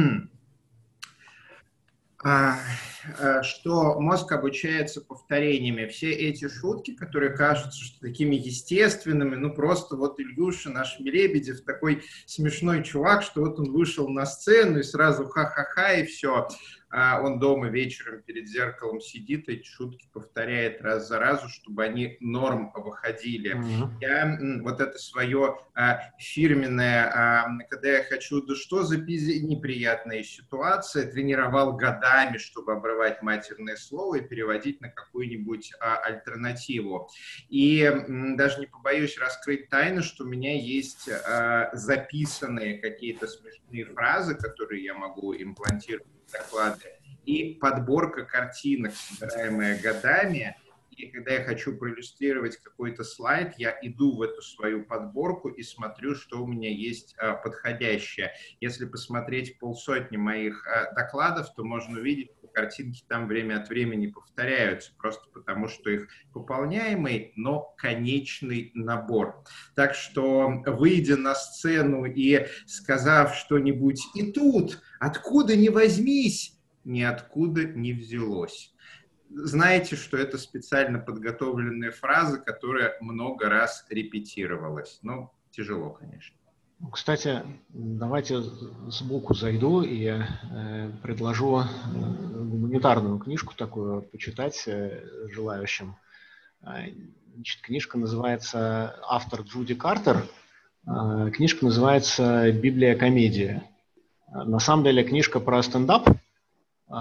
что мозг обучается повторениями. Все эти шутки, которые кажутся что такими естественными, ну просто вот Ильюша, наш Лебедев, такой смешной чувак, что вот он вышел на сцену и сразу ха-ха-ха и все. А он дома вечером перед зеркалом сидит, эти шутки повторяет раз за разу, чтобы они норм выходили. Mm-hmm. Я вот это свое а, фирменное, а, когда я хочу, да что за пиздец, неприятная ситуация, тренировал годами, чтобы обрывать матерное слово и переводить на какую-нибудь а, альтернативу. И м, даже не побоюсь раскрыть тайну, что у меня есть а, записанные какие-то смешные фразы, которые я могу имплантировать в доклады, и подборка картинок, собираемая годами, И когда я хочу проиллюстрировать какой-то слайд, я иду в эту свою подборку и смотрю, что у меня есть а, подходящее. Если посмотреть полсотни моих а, докладов, то можно увидеть, что картинки там время от времени повторяются, просто потому что их пополняемый, но конечный набор. Так что, выйдя на сцену и сказав что-нибудь «и тут, откуда ни возьмись», ниоткуда не взялось. Знаете, что это специально подготовленная фраза, которая много раз репетировалась. Ну, тяжело, конечно. Кстати, давайте сбоку зайду и э, предложу гуманитарную книжку такую почитать э, желающим. Значит, книжка называется, автор Джуди Картер, э, книжка называется «Библия комедии». На самом деле книжка про стендап, э,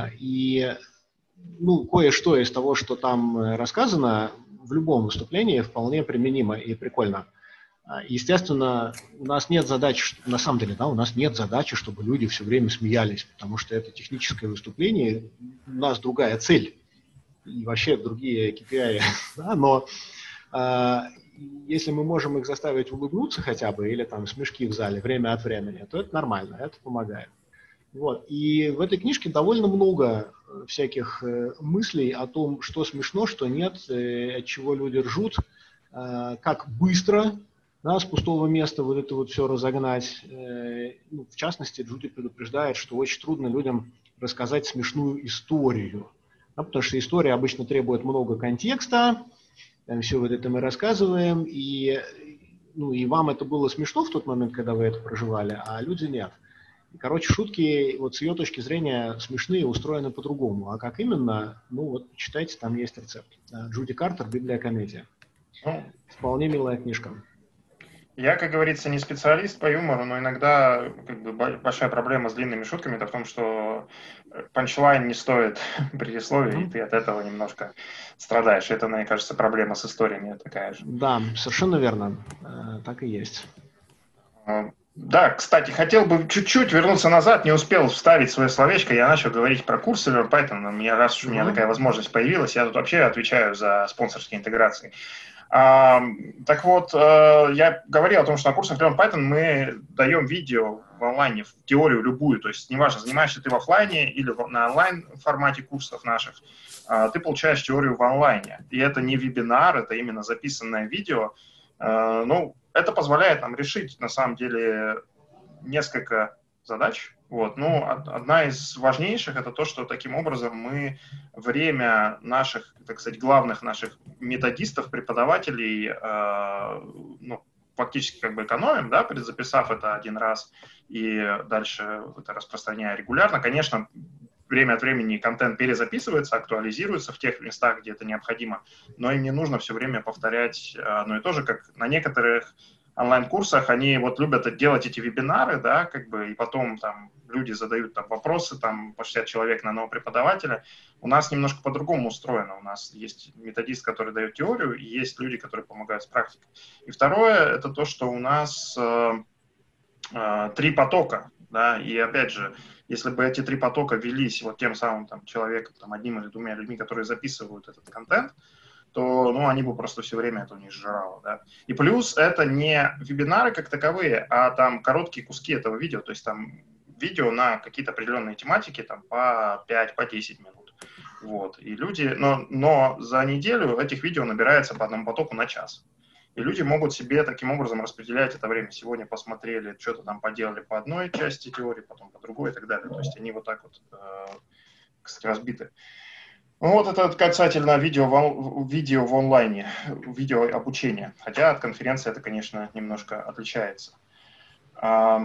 и ну, кое-что из того, что там рассказано, в любом выступлении вполне применимо и прикольно. Естественно, у нас нет задачи, на самом деле, да, у нас нет задачи, чтобы люди все время смеялись, потому что это техническое выступление, у нас другая цель и вообще другие кей пи ай, да, но э, если мы можем их заставить улыбнуться хотя бы или там смешки в зале время от времени, то это нормально, это помогает. Вот. И в этой книжке довольно много всяких э, мыслей о том, что смешно, что нет, э, от чего люди ржут, э, как быстро, да, с пустого места вот это вот все разогнать. Э, ну, в частности, Джуди предупреждает, что очень трудно людям рассказать смешную историю, да, потому что история обычно требует много контекста, там все вот это мы рассказываем, и, ну, и вам это было смешно в тот момент, когда вы это проживали, а люди нет. Короче, шутки вот с ее точки зрения смешные, устроены по-другому. А как именно, ну вот читайте, там есть рецепт. Джуди Картер, «Библия комедии». Ну, вполне милая книжка. Я, как говорится, не специалист по юмору, но иногда как бы, большая проблема с длинными шутками это в том, что панчлайн не стоит предисловия, mm-hmm. и ты от этого немножко страдаешь. Это, мне кажется, проблема с историями такая же. Да, совершенно верно. Так и есть. Да, кстати, хотел бы чуть-чуть вернуться назад, не успел вставить свое словечко, я начал говорить про курсы Learn Python, у меня, раз уж у меня такая возможность появилась, я тут вообще отвечаю за спонсорские интеграции. А, так вот, я говорил о том, что на курсах Learn Python мы даем видео в онлайне, в теорию любую, то есть неважно, занимаешься ты в офлайне или на онлайн формате курсов наших, ты получаешь теорию в онлайне, и это не вебинар, это именно записанное видео, ну, это позволяет нам решить, на самом деле, несколько задач. Вот. Ну, одна из важнейших – это то, что таким образом мы время наших, так сказать, главных наших методистов, преподавателей, э, ну, фактически как бы экономим, да, предзаписав это один раз и дальше это распространяя регулярно. Конечно, время от времени контент перезаписывается, актуализируется в тех местах, где это необходимо, но им не нужно все время повторять одно и то же, как на некоторых онлайн-курсах они вот любят делать эти вебинары, да, как бы, и потом там люди задают там вопросы, там по шестьдесят человек на нового преподавателя. У нас немножко по-другому устроено. У нас есть методист, который дает теорию, и есть люди, которые помогают с практикой. И второе, это то, что у нас э, э, три потока, да, и опять же, если бы эти три потока велись вот тем самым там, человеком, там, одним или двумя людьми, которые записывают этот контент, то ну, они бы просто все время это не сжирало. Да? И плюс это не вебинары как таковые, а там короткие куски этого видео, то есть там видео на какие-то определенные тематики там, по пять, по десять минут. Вот. И люди, но, но за неделю этих видео набирается по одному потоку на час. И люди могут себе таким образом распределять это время. Сегодня посмотрели, что-то там поделали по одной части теории, потом по другой и так далее. То есть они вот так вот, э, кстати, разбиты. Ну вот это касательно видео в, видео в онлайне, видео обучения. Хотя от конференции это, конечно, немножко отличается. А,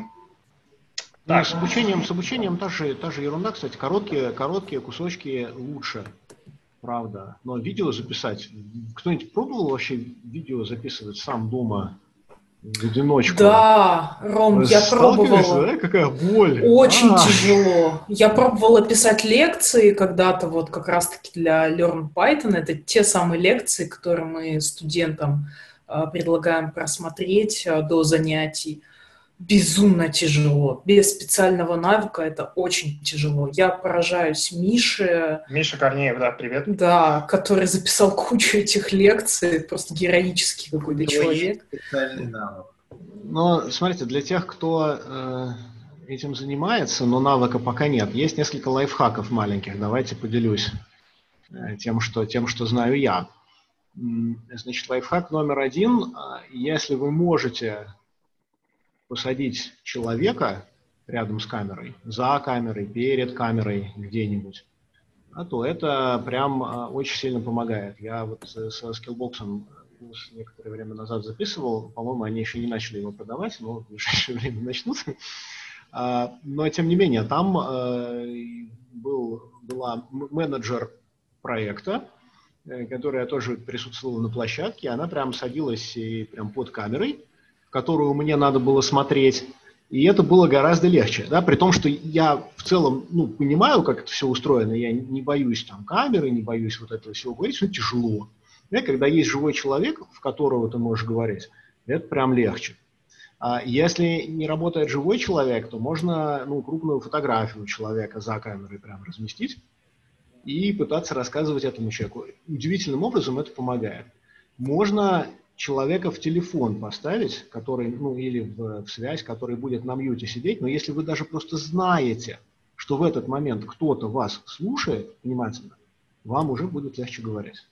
так. С обучением, с обучением та же, та же ерунда, кстати. Короткие, короткие кусочки лучше. Правда. Но видео записать... Кто-нибудь пробовал вообще видео записывать сам дома в одиночку? Да, Ром, я пробовала. Да? Какая боль. Очень А-а-а. тяжело. Я пробовала писать лекции когда-то вот как раз-таки для Learn Python. Это те самые лекции, которые мы студентам э, предлагаем просмотреть э, до занятий. безумно тяжело. Без специального навыка это очень тяжело. Я поражаюсь Мише. Миша Корнеев, да, привет. Да, который записал кучу этих лекций, просто героический какой-то человек. Специальный навык. Но, смотрите, для тех, кто э, этим занимается, но навыка пока нет, есть несколько лайфхаков маленьких. Давайте поделюсь э, тем, что, тем, что знаю я. Значит, лайфхак номер один. Если вы можете посадить человека рядом с камерой, за камерой, перед камерой где-нибудь, а то это прям очень сильно помогает. Я вот со Skillbox некоторое время назад записывал, по-моему, они еще не начали его продавать, но в ближайшее время начнут. Но, тем не менее, там был, была менеджер проекта, которая тоже присутствовала на площадке, она прям садилась и прям под камерой, в которую мне надо было смотреть, и это было гораздо легче, да, при том, что я в целом, ну, понимаю, как это все устроено, я не боюсь там камеры, не боюсь вот этого всего говорить, но тяжело. Да, когда есть живой человек, в которого ты можешь говорить, это прям легче. А если не работает живой человек, то можно, ну, крупную фотографию человека за камерой прям разместить и пытаться рассказывать этому человеку. Удивительным образом это помогает. Можно человека в телефон поставить, который, ну, или в, в связь, который будет на мьюте сидеть, но если вы даже просто знаете, что в этот момент кто-то вас слушает внимательно, вам уже будет легче говорить.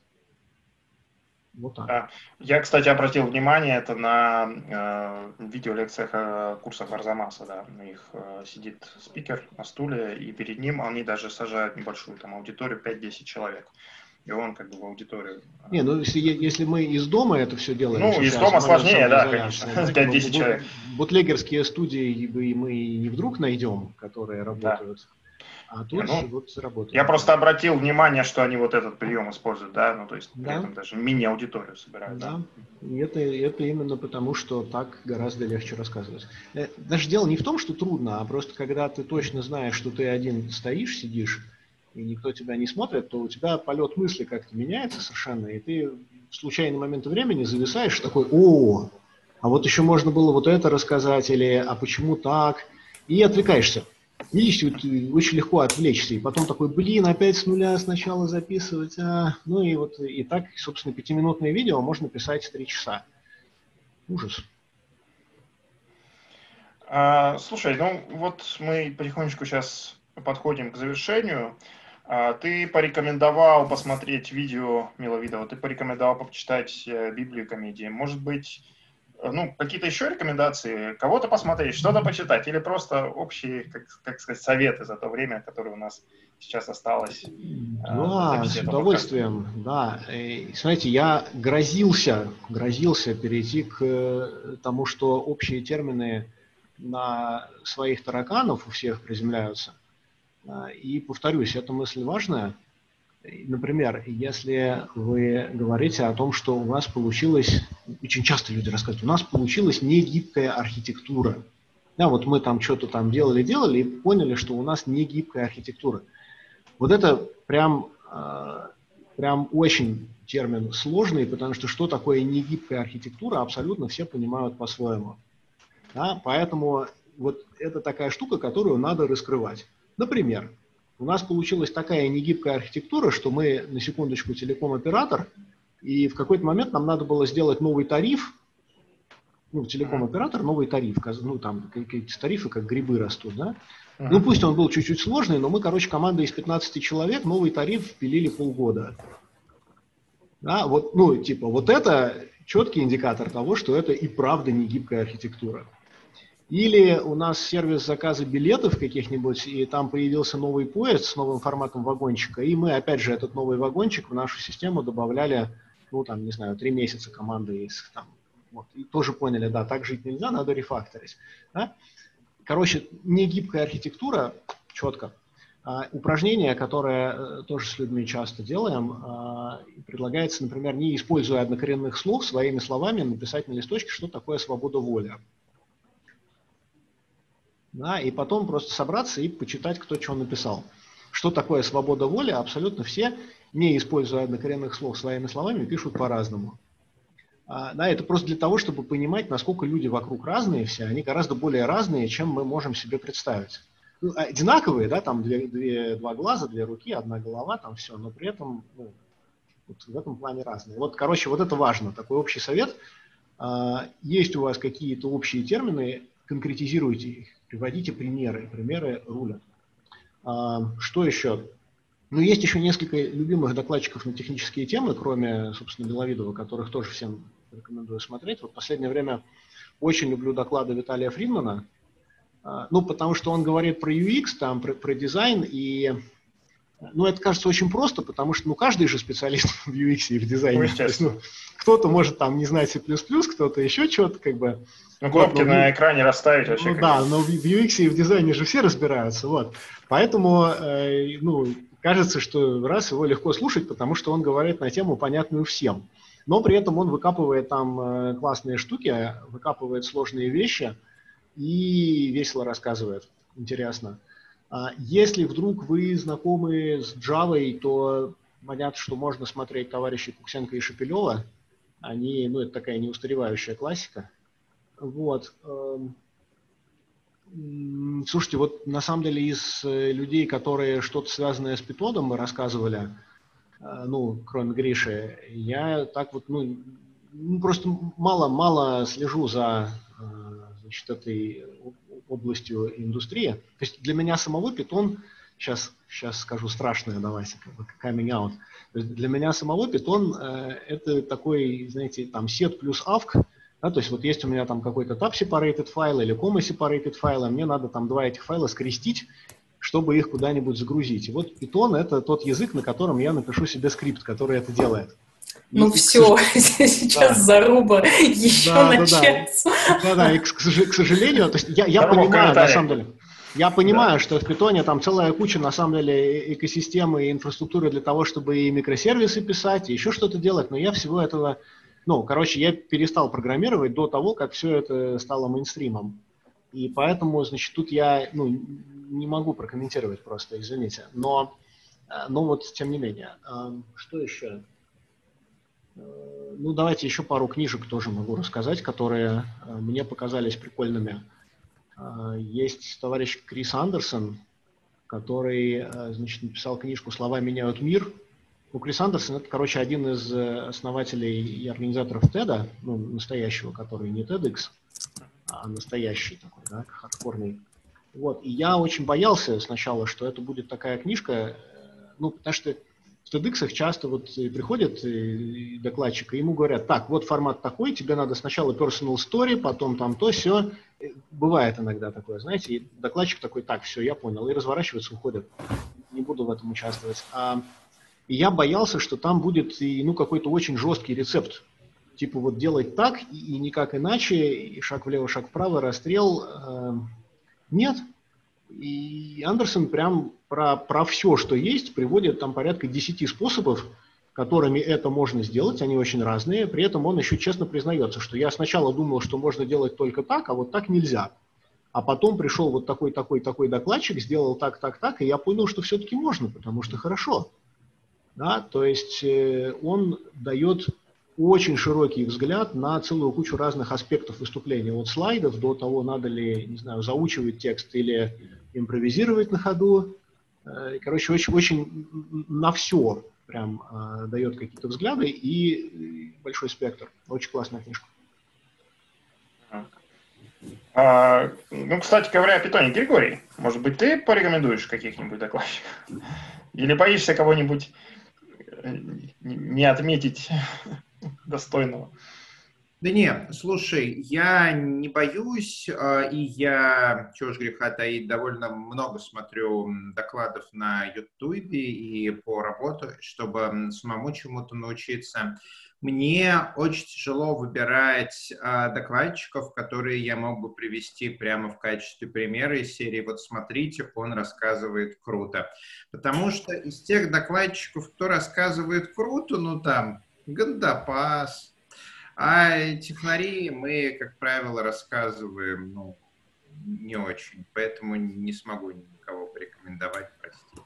Вот так. Я, кстати, обратил внимание это на э, видеолекциях э, курсах Арзамаса. Да. У них э, сидит спикер на стуле, и перед ним они даже сажают небольшую там аудиторию, пять-десять человек. И он как бы в аудиторию... Не, ну если, если мы из дома это все делаем... Ну, из дома сложнее, да, конечно, пять-десять человек. Бутлегерские студии мы не вдруг найдем, которые работают... Да. А тут ну, вот работает. Я просто обратил внимание, что они вот этот прием используют, да, ну то есть при да. этом даже мини-аудиторию собирают. Да, да. И это, это именно потому, что так гораздо легче рассказывать. Даже дело не в том, что трудно, а просто когда ты точно знаешь, что ты один стоишь, сидишь, и никто тебя не смотрит, то у тебя полет мысли как-то меняется совершенно, и ты в случайный момент времени зависаешь такой: о, а вот еще можно было вот это рассказать, или а почему так, и отвлекаешься. Видите, вот очень легко отвлечься, и потом такой: блин, опять с нуля сначала записывать, а... ну и вот и так, собственно, пятиминутное видео можно писать три часа. Ужас. А, слушай, ну вот мы потихонечку сейчас подходим к завершению. А, ты порекомендовал посмотреть видео Миловидова, ты порекомендовал почитать Библию комедии. Может быть, ну, какие-то еще рекомендации? Кого-то посмотреть, что-то почитать? Или просто общие, как, как сказать, советы за то время, которое у нас сейчас осталось? Да, с удовольствием, да. И, смотрите, я грозился, грозился перейти к тому, что общие термины на своих тараканов у всех приземляются. И повторюсь, эта мысль важная. Например, если вы говорите о том, что у нас получилось, очень часто люди рассказывают, у нас получилась негибкая архитектура. Да, вот мы там что-то там делали-делали и поняли, что у нас негибкая архитектура. Вот это прям, прям очень термин сложный, потому что что такое негибкая архитектура, абсолютно все понимают по-своему. Да, поэтому вот это такая штука, которую надо раскрывать. Например, у нас получилась такая негибкая архитектура, что мы, на секундочку, телеком-оператор, и в какой-то момент нам надо было сделать новый тариф, ну, телеком-оператор, новый тариф, ну, там какие-то тарифы, как грибы растут, да? Ну, пусть он был чуть-чуть сложный, но мы, короче, команда из пятнадцати человек, новый тариф пилили полгода. Да, вот, ну, типа, вот это четкий индикатор того, что это и правда негибкая архитектура. Или у нас сервис заказа билетов каких-нибудь, и там появился новый поезд с новым форматом вагончика, и мы, опять же, этот новый вагончик в нашу систему добавляли, ну, там, не знаю, три месяца команды из, там, вот, и тоже поняли, да, так жить нельзя, надо рефакторить. Да? Короче, негибкая архитектура, четко. А, упражнение, которое а, тоже с людьми часто делаем, а, предлагается, например, не используя однокоренных слов, своими словами написать на листочке, что такое свобода воли. Да, и потом просто собраться и почитать, кто что написал. Что такое свобода воли, абсолютно все, не используя однокоренных слов своими словами, пишут по-разному. А, да, это просто для того, чтобы понимать, насколько люди вокруг разные все, они гораздо более разные, чем мы можем себе представить. Ну, одинаковые, да, там две, две, два глаза, две руки, одна голова, там все, но при этом ну, вот в этом плане разные. Вот, короче, вот это важно, такой общий совет. А, есть у вас какие-то общие термины, конкретизируйте их, приводите примеры, примеры рулят. А, что еще? Ну, есть еще несколько любимых докладчиков на технические темы, кроме, собственно, Беловидова, которых тоже всем рекомендую смотреть. Вот в последнее время очень люблю доклады Виталия Фридмана, ну, потому что он говорит про ю экс, там, про, про дизайн, и, ну, это кажется очень просто, потому что, ну, каждый же специалист в ю экс и в дизайне. Ну, то есть, ну, кто-то может там не знать C++, кто-то еще что-то, как бы. Ну, кнопки вот, на в... экране расставить вообще. Ну, да, но в, в ю экс и в дизайне же все разбираются, вот. Поэтому, э, ну, кажется, что раз его легко слушать, потому что он говорит на тему, понятную всем. Но при этом он выкапывает там э, классные штуки, выкапывает сложные вещи и весело рассказывает. Интересно. А если вдруг вы знакомы с Java, то понятно, что можно смотреть товарищей Куксенко и Шепелева. Они, ну, это такая неустаревающая классика. Вот. Слушайте, вот на самом деле из людей, которые что-то связанное с питоном мы рассказывали, ну, кроме Гриши, я так вот, ну, просто мало-мало слежу за, значит, этой областью индустрии. То есть для меня самого питон, сейчас, сейчас скажу страшное, давайте, как бы coming out. То есть для меня самого питон это такой, знаете, там сет плюс авк. Да, то есть вот есть у меня там какой-то tab-separated файл или comma-separated файл, и мне надо там два этих файла скрестить, чтобы их куда-нибудь загрузить. И вот Python — это тот язык, на котором я напишу себе скрипт, который это делает. Ну и, все, к... сейчас да. заруба еще да, на да, час. Да-да, и к, к сожалению, то есть я, я понимаю, на самом деле, я понимаю, да. что в Python там целая куча, на самом деле, экосистемы и инфраструктуры для того, чтобы и микросервисы писать, и еще что-то делать, но я всего этого... Ну, короче, я перестал программировать до того, как все это стало мейнстримом. И поэтому, значит, тут я, ну, не могу прокомментировать просто, извините. Но, но вот, тем не менее. Что еще? Ну, давайте еще пару книжек тоже могу рассказать, которые мне показались прикольными. Есть товарищ Крис Андерсон, который, значит, написал книжку «Слова меняют мир». Ну, Крис Андерсон — это, короче, один из основателей и организаторов теда, ну, настоящего, который не TEDx, а настоящий такой, да, хардкорный. Вот, и я очень боялся сначала, что это будет такая книжка, ну, потому что в TEDx часто вот приходят докладчик, и ему говорят: так, вот формат такой, тебе надо сначала personal story, потом там то, сё. Бывает иногда такое, знаете, и докладчик такой: так, все, я понял, и разворачивается, уходит. Не буду в этом участвовать. А И я боялся, что там будет и, ну, какой-то очень жесткий рецепт. Типа вот делать так и, и никак иначе, и шаг влево, шаг вправо, расстрел. Э, нет. И Андерсон прям про, про все, что есть, приводит там порядка десяти способов, которыми это можно сделать. Они очень разные. При этом он еще честно признается, что я сначала думал, что можно делать только так, а вот так нельзя. А потом пришел вот такой, такой, такой докладчик, сделал так, так, так, и я понял, что все-таки можно, потому что хорошо. Да, то есть э, он дает очень широкий взгляд на целую кучу разных аспектов выступления. От слайдов до того, надо ли, не знаю, заучивать текст или импровизировать на ходу. Э, короче, очень, очень на все прям э, дает какие-то взгляды и большой спектр. Очень классная книжка. А, ну, кстати говоря, о питоне, Григорий, может быть, ты порекомендуешь каких-нибудь докладчиков? Или боишься кого-нибудь не отметить достойного? Да не, слушай, я не боюсь, и я, чего ж греха таить, довольно много смотрю докладов на Ютубе и по работе, чтобы самому чему-то научиться. Мне очень тяжело выбирать а, докладчиков, которые я мог бы привести прямо в качестве примера из серии «Вот смотрите, он рассказывает круто». Потому что из тех докладчиков, кто рассказывает круто, ну там, Гандапас, а технари мы, как правило, рассказываем, ну, не очень. Поэтому не смогу никого порекомендовать, простите.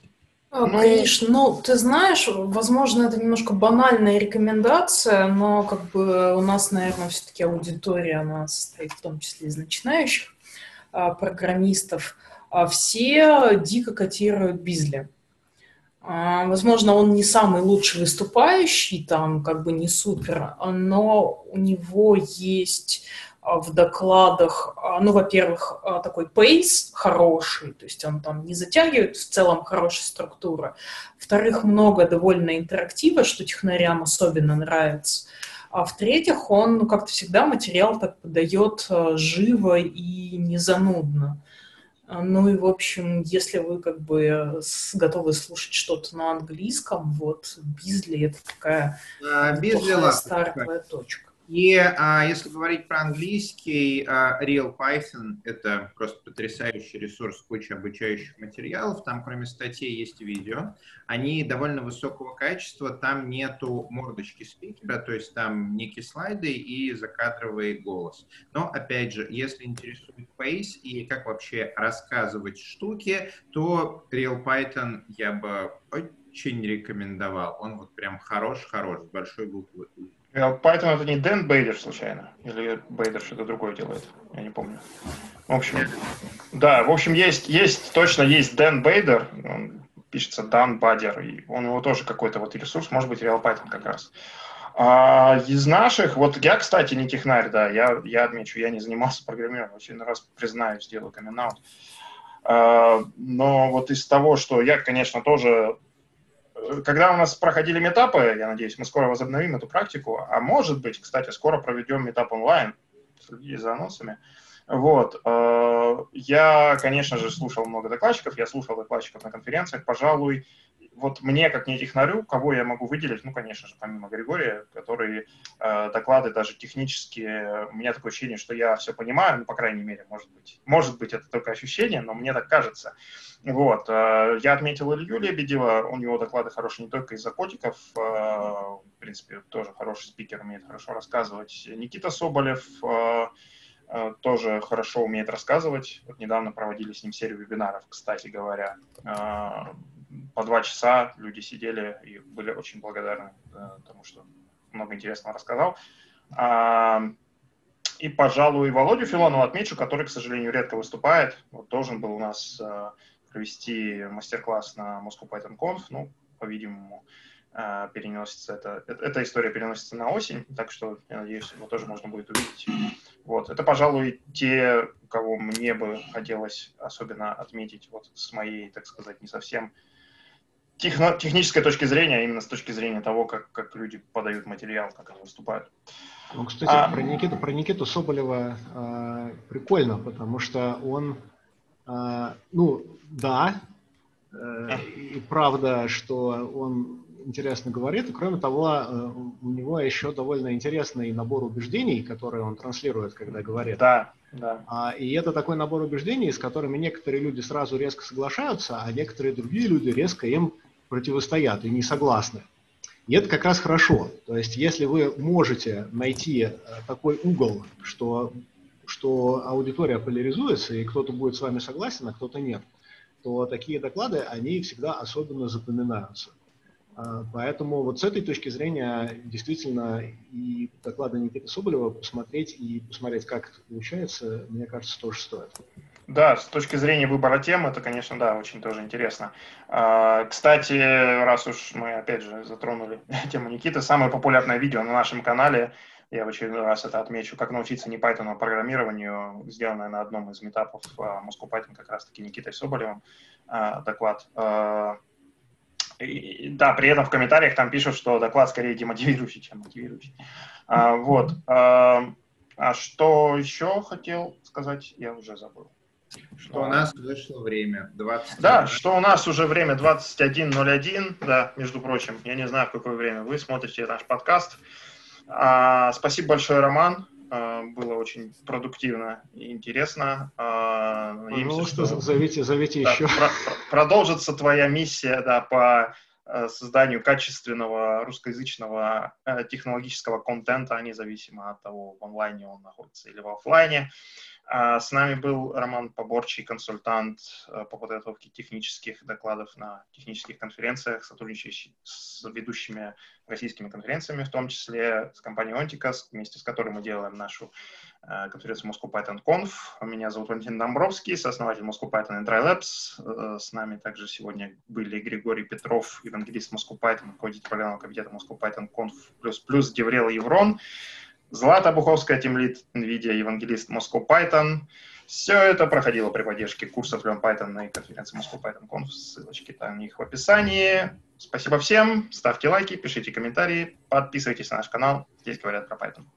Ну, Гриш, ну, ты знаешь, возможно, это немножко банальная рекомендация, но как бы у нас, наверное, все-таки аудитория, она состоит в том числе из начинающих а, программистов. А все дико котируют Бизли. А, возможно, он не самый лучший выступающий, там как бы не супер, но у него есть а, в докладах, а, ну, во-первых, а, такой пейс хороший, то есть он там не затягивает, в целом хорошая структура. Во-вторых, много довольно интерактива, что технарям особенно нравится. А в-третьих, он, ну, как-то всегда материал так подает а, живо и не занудно. А, Ну и, в общем, если вы как бы с- готовы слушать что-то на английском, вот Бизли — это такая а, Безли неплохая лапочка. стартовая точка. И а, если говорить про английский, а, RealPython — это просто потрясающий ресурс, куча обучающих материалов. Там, кроме статей, есть видео. Они довольно высокого качества. Там нету мордочки спикера, то есть там некие слайды и закадровый голос. Но, опять же, если интересует pace и как вообще рассказывать штуки, то RealPython я бы очень рекомендовал. Он вот прям хорош-хорош, с большой буквы. Python это не Дэн Бейдер случайно? Или Бейдер что-то другое делает? Я не помню. В общем, да, в общем, есть, есть, точно есть Дэн Бейдер, он пишется Дан Бадер, и он его тоже какой-то вот ресурс, может быть, RealPython как раз. А из наших, вот я, кстати, не технарь, да, я, я отмечу, я не занимался программированием, очень раз признаюсь, сделаю камин-аут. А, но вот из того, что я, конечно, тоже когда у нас проходили метапы, я надеюсь, мы скоро возобновим эту практику, а может быть, кстати, скоро проведем метап онлайн, следите за анонсами. Вот. Я, конечно же, слушал много докладчиков, я слушал докладчиков на конференциях, пожалуй, вот мне, как не технарю, кого я могу выделить, ну, конечно же, помимо Григория, который э, доклады даже технические, у меня такое ощущение, что я все понимаю, ну, по крайней мере, может быть, может быть, это только ощущение, но мне так кажется. Вот, э, я отметил Илью Лебедева, у него доклады хорошие не только из-за котиков, э, в принципе, тоже хороший спикер, умеет хорошо рассказывать. Никита Соболев, э, тоже хорошо умеет рассказывать. Вот недавно проводили с ним серию вебинаров, кстати говоря. По два часа люди сидели и были очень благодарны тому, что много интересного рассказал. И, пожалуй, Володю Филонова отмечу, который, к сожалению, редко выступает. Вот должен был у нас провести мастер-класс на Moscow Python Conf. Ну, по-видимому, переносится это, эта история переносится на осень, так что, я надеюсь, его тоже можно будет увидеть. Вот. Это, пожалуй, те, кого мне бы хотелось особенно отметить вот с моей, так сказать, не совсем техно- технической точки зрения, а именно с точки зрения того, как, как люди подают материал, как они выступают. Ну, кстати, а... про, Никиту, про Никиту Соболева э, прикольно, потому что он, э, ну, да, э, и правда, что он интересно говорит, и кроме того, у него еще довольно интересный набор убеждений, которые он транслирует, когда говорит. Да, да. И это такой набор убеждений, с которыми некоторые люди сразу резко соглашаются, а некоторые другие люди резко им противостоят и не согласны. И это как раз хорошо. То есть если вы можете найти такой угол, что, что аудитория поляризуется, и кто-то будет с вами согласен, а кто-то нет, то такие доклады, они всегда особенно запоминаются. Поэтому вот с этой точки зрения действительно и доклады Никиты Соболева посмотреть и посмотреть, как это получается, мне кажется, тоже стоит. Да, с точки зрения выбора тем, это, конечно, да, очень тоже интересно. Кстати, раз уж мы, опять же, затронули тему Никиты, самое популярное видео на нашем канале, я в очередной раз это отмечу, как научиться не Python, а программированию, сделанное на одном из метапов Moscow Python, как раз-таки Никитой Соболевым, доклад. И, да, при этом в комментариях там пишут, что доклад скорее демотивирующий, чем мотивирующий. А, вот. А, а что еще хотел сказать, я уже забыл. Что у нас вышло время двадцать. Да, что у нас уже время двадцать один ноль один, да, между прочим. Я не знаю, в какое время вы смотрите наш подкаст. А, спасибо большое, Роман. А, было очень продуктивно и интересно. А, надеемся, Пожалуйста, что зовите, зовите да, еще. Про, продолжится твоя миссия, да, по созданию качественного русскоязычного технологического контента, независимо от того, в онлайне он находится или в офлайне. С нами был Роман Поборчий, консультант по подготовке технических докладов на технических конференциях, сотрудничающий с ведущими российскими конференциями, в том числе с компанией Onticus, вместе с которой мы делаем нашу конференцию Moscow Python Conf. Меня зовут Валентин Домбровский, сооснователь Moscow Python and TriLabs. С нами также сегодня были Григорий Петров, евангелист Moscow Python, руководитель программного комитета Moscow Python Conf++, Деврел Еврон, Злата Буховская, тимлид NVIDIA, евангелист Moscow Python. Все это проходило при поддержке курсов Learn Python на конференции Moscow Python Conf. Ссылочки там у них в описании. Спасибо всем. Ставьте лайки, пишите комментарии, подписывайтесь на наш канал. Здесь говорят про Python.